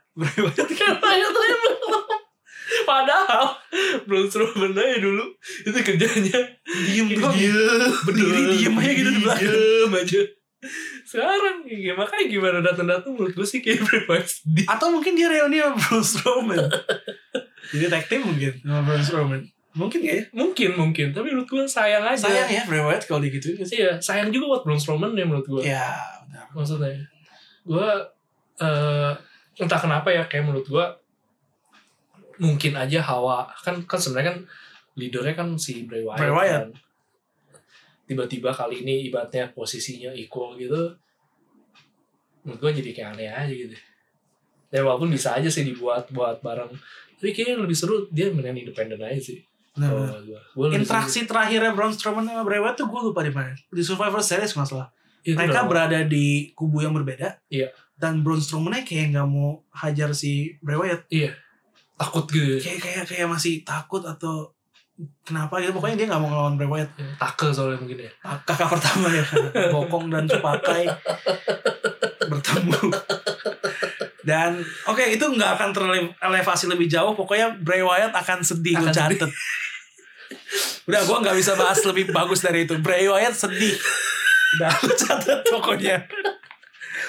Padahal Braun Strowman aja dulu itu kerjanya diem doang. Berdiri diem aja gitu di belakang. Diem aja. Sekarang ya, makanya gimana datang-datang menurut gue sih kayak Bray Wyatt. Atau mungkin dia reuni sama Braun Strowman. Jadi tag team mungkin sama Braun Strowman. Mungkin gak ya? Mungkin, mungkin. Tapi menurut gue sayang aja. Sayang ya Bray Wyatt kalau digituin. Iya, sayang juga buat Braun Strowman ya menurut gue. Iya, benar. Maksudnya, gue uh, entah kenapa ya, kayak menurut gue mungkin aja hawa kan kan sebenarnya kan leadernya kan si Bray Wyatt. Bray Wyatt. Kan. Tiba-tiba kali ini ibaratnya posisinya equal gitu. Menurut gue jadi kayak aneh aja gitu. Ya walaupun bisa aja sih dibuat buat bareng. Tapi kayaknya lebih seru dia main independen aja sih. Nah, oh, gua. Gua interaksi seru. Terakhirnya Braun Strowman sama Bray Wyatt tuh gue lupa di mana. Di Survivor Series nggak salah. Itu mereka drama. Berada di kubu yang berbeda. Iya. Dan Braun Strowman kayak nggak mau hajar si Bray Wyatt. Iya. Takut gitu. Kayak kayak kayak masih takut atau kenapa gitu. Pokoknya dia nggak mau ngelawan Bray Wyatt. Ya, take soalnya mungkin ya. Kakak pertama ya. Bokong dan Cupakai bertemu. Dan oke okay, itu nggak akan terelevasi lebih jauh. Pokoknya Bray Wyatt akan sedih. Gue catet. Udah gue nggak bisa bahas lebih bagus dari itu. Bray Wyatt sedih. Udah lu catet pokoknya.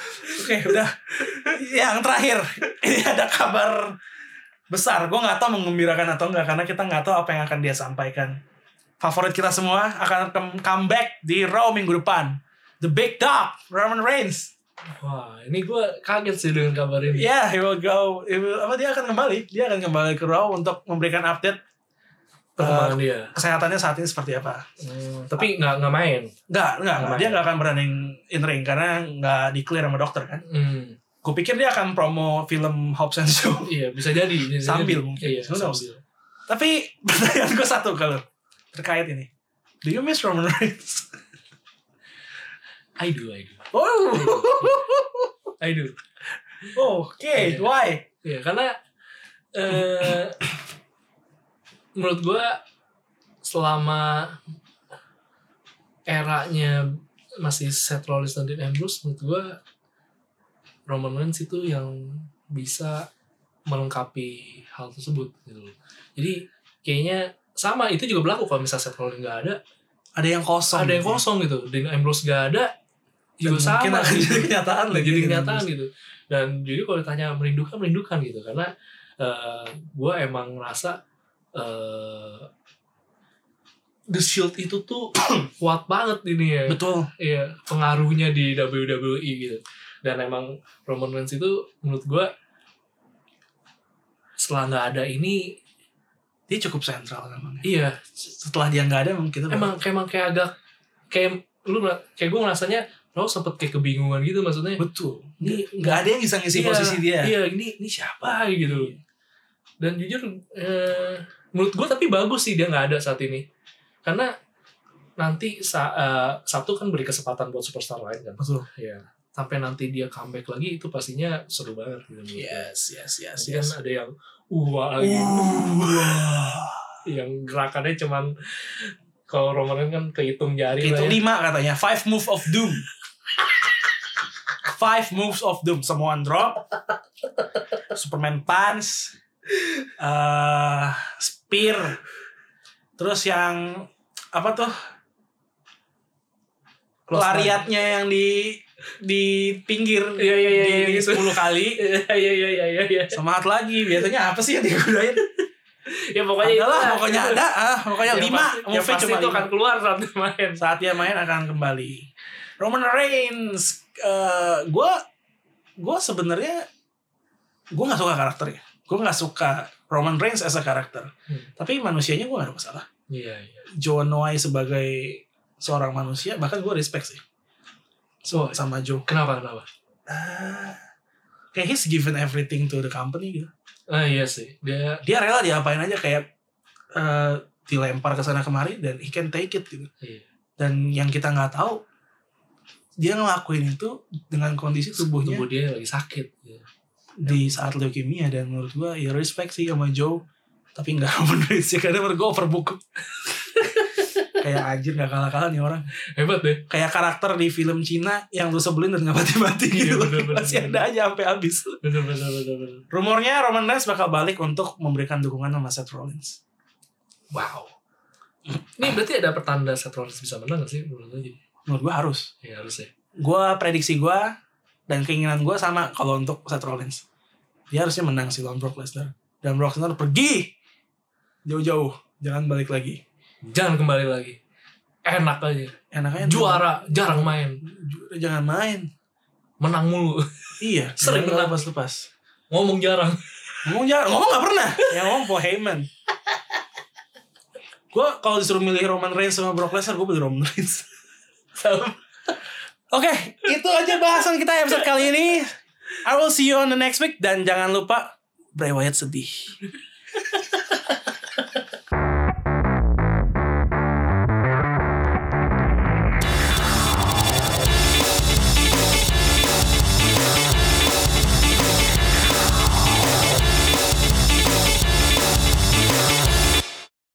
Oke, udah. Yang terakhir, ini ada kabar besar. Gue nggak tahu mengembirakan atau enggak karena kita nggak tahu apa yang akan dia sampaikan. Favorit kita semua akan comeback di Raw minggu depan. The Big Dog, Roman Reigns. Wah, ini gue kaget sih dengan kabar ini. Ya, yeah, he will go. He will, apa dia akan kembali? Dia akan kembali ke Raw untuk memberikan update perkembangan uh, dia. Kesehatannya saat ini seperti apa? Hmm, tapi nggak nggak main. Nggak, nggak. Dia nggak akan berani in ring karena nggak di-clear sama dokter kan. Hmm. Gue pikir dia akan promo film Hobbs and Shaw. Iya, bisa jadi. Bisa sambil jadi. mungkin. Iya, sambil. Tapi pertanyaan gue satu kalau terkait ini. Do you miss Roman Reigns? I do, I do. Oh, I do. Oh, oke. Okay. Yeah. Why? Ya, yeah, karena uh, menurut gue selama eranya masih Seth Rollins dan Dean Ambrose, menurut gue Roman Reigns itu yang bisa melengkapi hal tersebut gitu. Jadi kayaknya sama itu juga berlaku kalau misalnya Seth Rollins nggak ada, ada yang kosong, ada yang kosong gitu. Dean Ambrose nggak ada, juga sama. Akan jadi kenyataan lagi, jadi kenyataan gitu. Dan jadi kalau ditanya merindukan, merindukan gitu karena uh, gue emang ngerasa uh, The Shield itu tuh kuat banget ini ya. Betul. Iya, pengaruhnya di W W E gitu. Dan emang Roman Reigns itu menurut gue setelah nggak ada ini dia cukup sentral emang. Iya. Setelah dia nggak ada emang kita emang kayak emang kayak agak kayak lu kayak gue ngerasanya lo sempet kayak kebingungan gitu maksudnya. Betul. Ini nggak ada yang bisa ngisi iya, posisi dia. Iya, ini ini siapa gitu. Dan jujur eh, menurut gue tapi bagus sih dia nggak ada saat ini. Karena nanti sa- uh, Sabtu kan beri kesempatan buat superstar lain kan. Betul. Iya. Sampai nanti dia comeback lagi itu pastinya seru banget gitu. Yes, yes, yes, nanti yes. Kan ada yang uh lagi. Uh. Yang gerakannya cuman kalau Roman Reigns kan kehitung jari itu lah ya. lima katanya, five move of doom. Five moves of doom, Samoan drop, Superman punch, uh, spear, terus yang apa tuh lariatnya yang di di pinggir, iya, iya, iya, di, iya, di gitu. sepuluh kali, iya iya iya iya iya. Sama satu lagi biasanya apa sih yang digunain? Ya pokoknya adalah itu pokoknya gitu. ada ah pokoknya ya, lima pasti, ya, pasti cuma itu lima. akan keluar saat dia main saat dia main akan kembali. Roman Reigns, uh, gue gue sebenarnya gue nggak suka karakternya, gue nggak suka Roman Reigns as a karakter, hmm. tapi manusianya gue nggak ada masalah. Iya iya. Joe Noy sebagai seorang manusia bahkan gue respect sih. So oh, sama Joe. Kenapa kenapa? Uh, kayak he's given everything to the company gitu. Ah iya sih, dia dia rela diapain aja kayak uh, dilempar ke sana kemari dan he can take it gitu. Iya. Dan yang kita nggak tahu dia ngelakuin itu dengan kondisi tubuhnya tubuh dia lagi sakit ya. Di saat leukemia, dan menurut gua ya respect sih sama Joe, tapi nggak Roman Reigns ya karena menurut gua overbook. Kayak anjir nggak kalah-kalah nih orang. Hebat deh. Kayak karakter di film Cina yang lu sebelin dan nggak mati-mati gitu. Iya, bener, bener, masih bener. ada aja sampai habis. Bener bener bener bener. Rumornya Roman Reigns bakal balik untuk memberikan dukungan sama Seth Rollins. Wow. Ini berarti ada pertanda Seth Rollins bisa menang gak sih menurut lo? Menurut gua harus. Ya harus ya. Gua prediksi gua dan keinginan gua sama kalau untuk Seth Rollins. Dia harusnya menang sih lawan Brock Lesnar. Dan Brock Lesnar pergi jauh-jauh, jangan balik lagi. Jangan kembali lagi. Enak aja. Enaknya juara, juga. Jarang main. Juara jangan main. Menang mulu. Iya, sering menang lepas-lepas. Ngomong jarang. Ngomong jarang, ngomong gak pernah. Yang ngomong Paul Heyman. Gue kalau disuruh milih Roman Reigns sama Brock Lesnar, gue pilih Roman Reigns. Oke, okay, itu aja bahasan kita episode kali ini. I will see you on the next week. Dan jangan lupa Bray Wyatt sedih.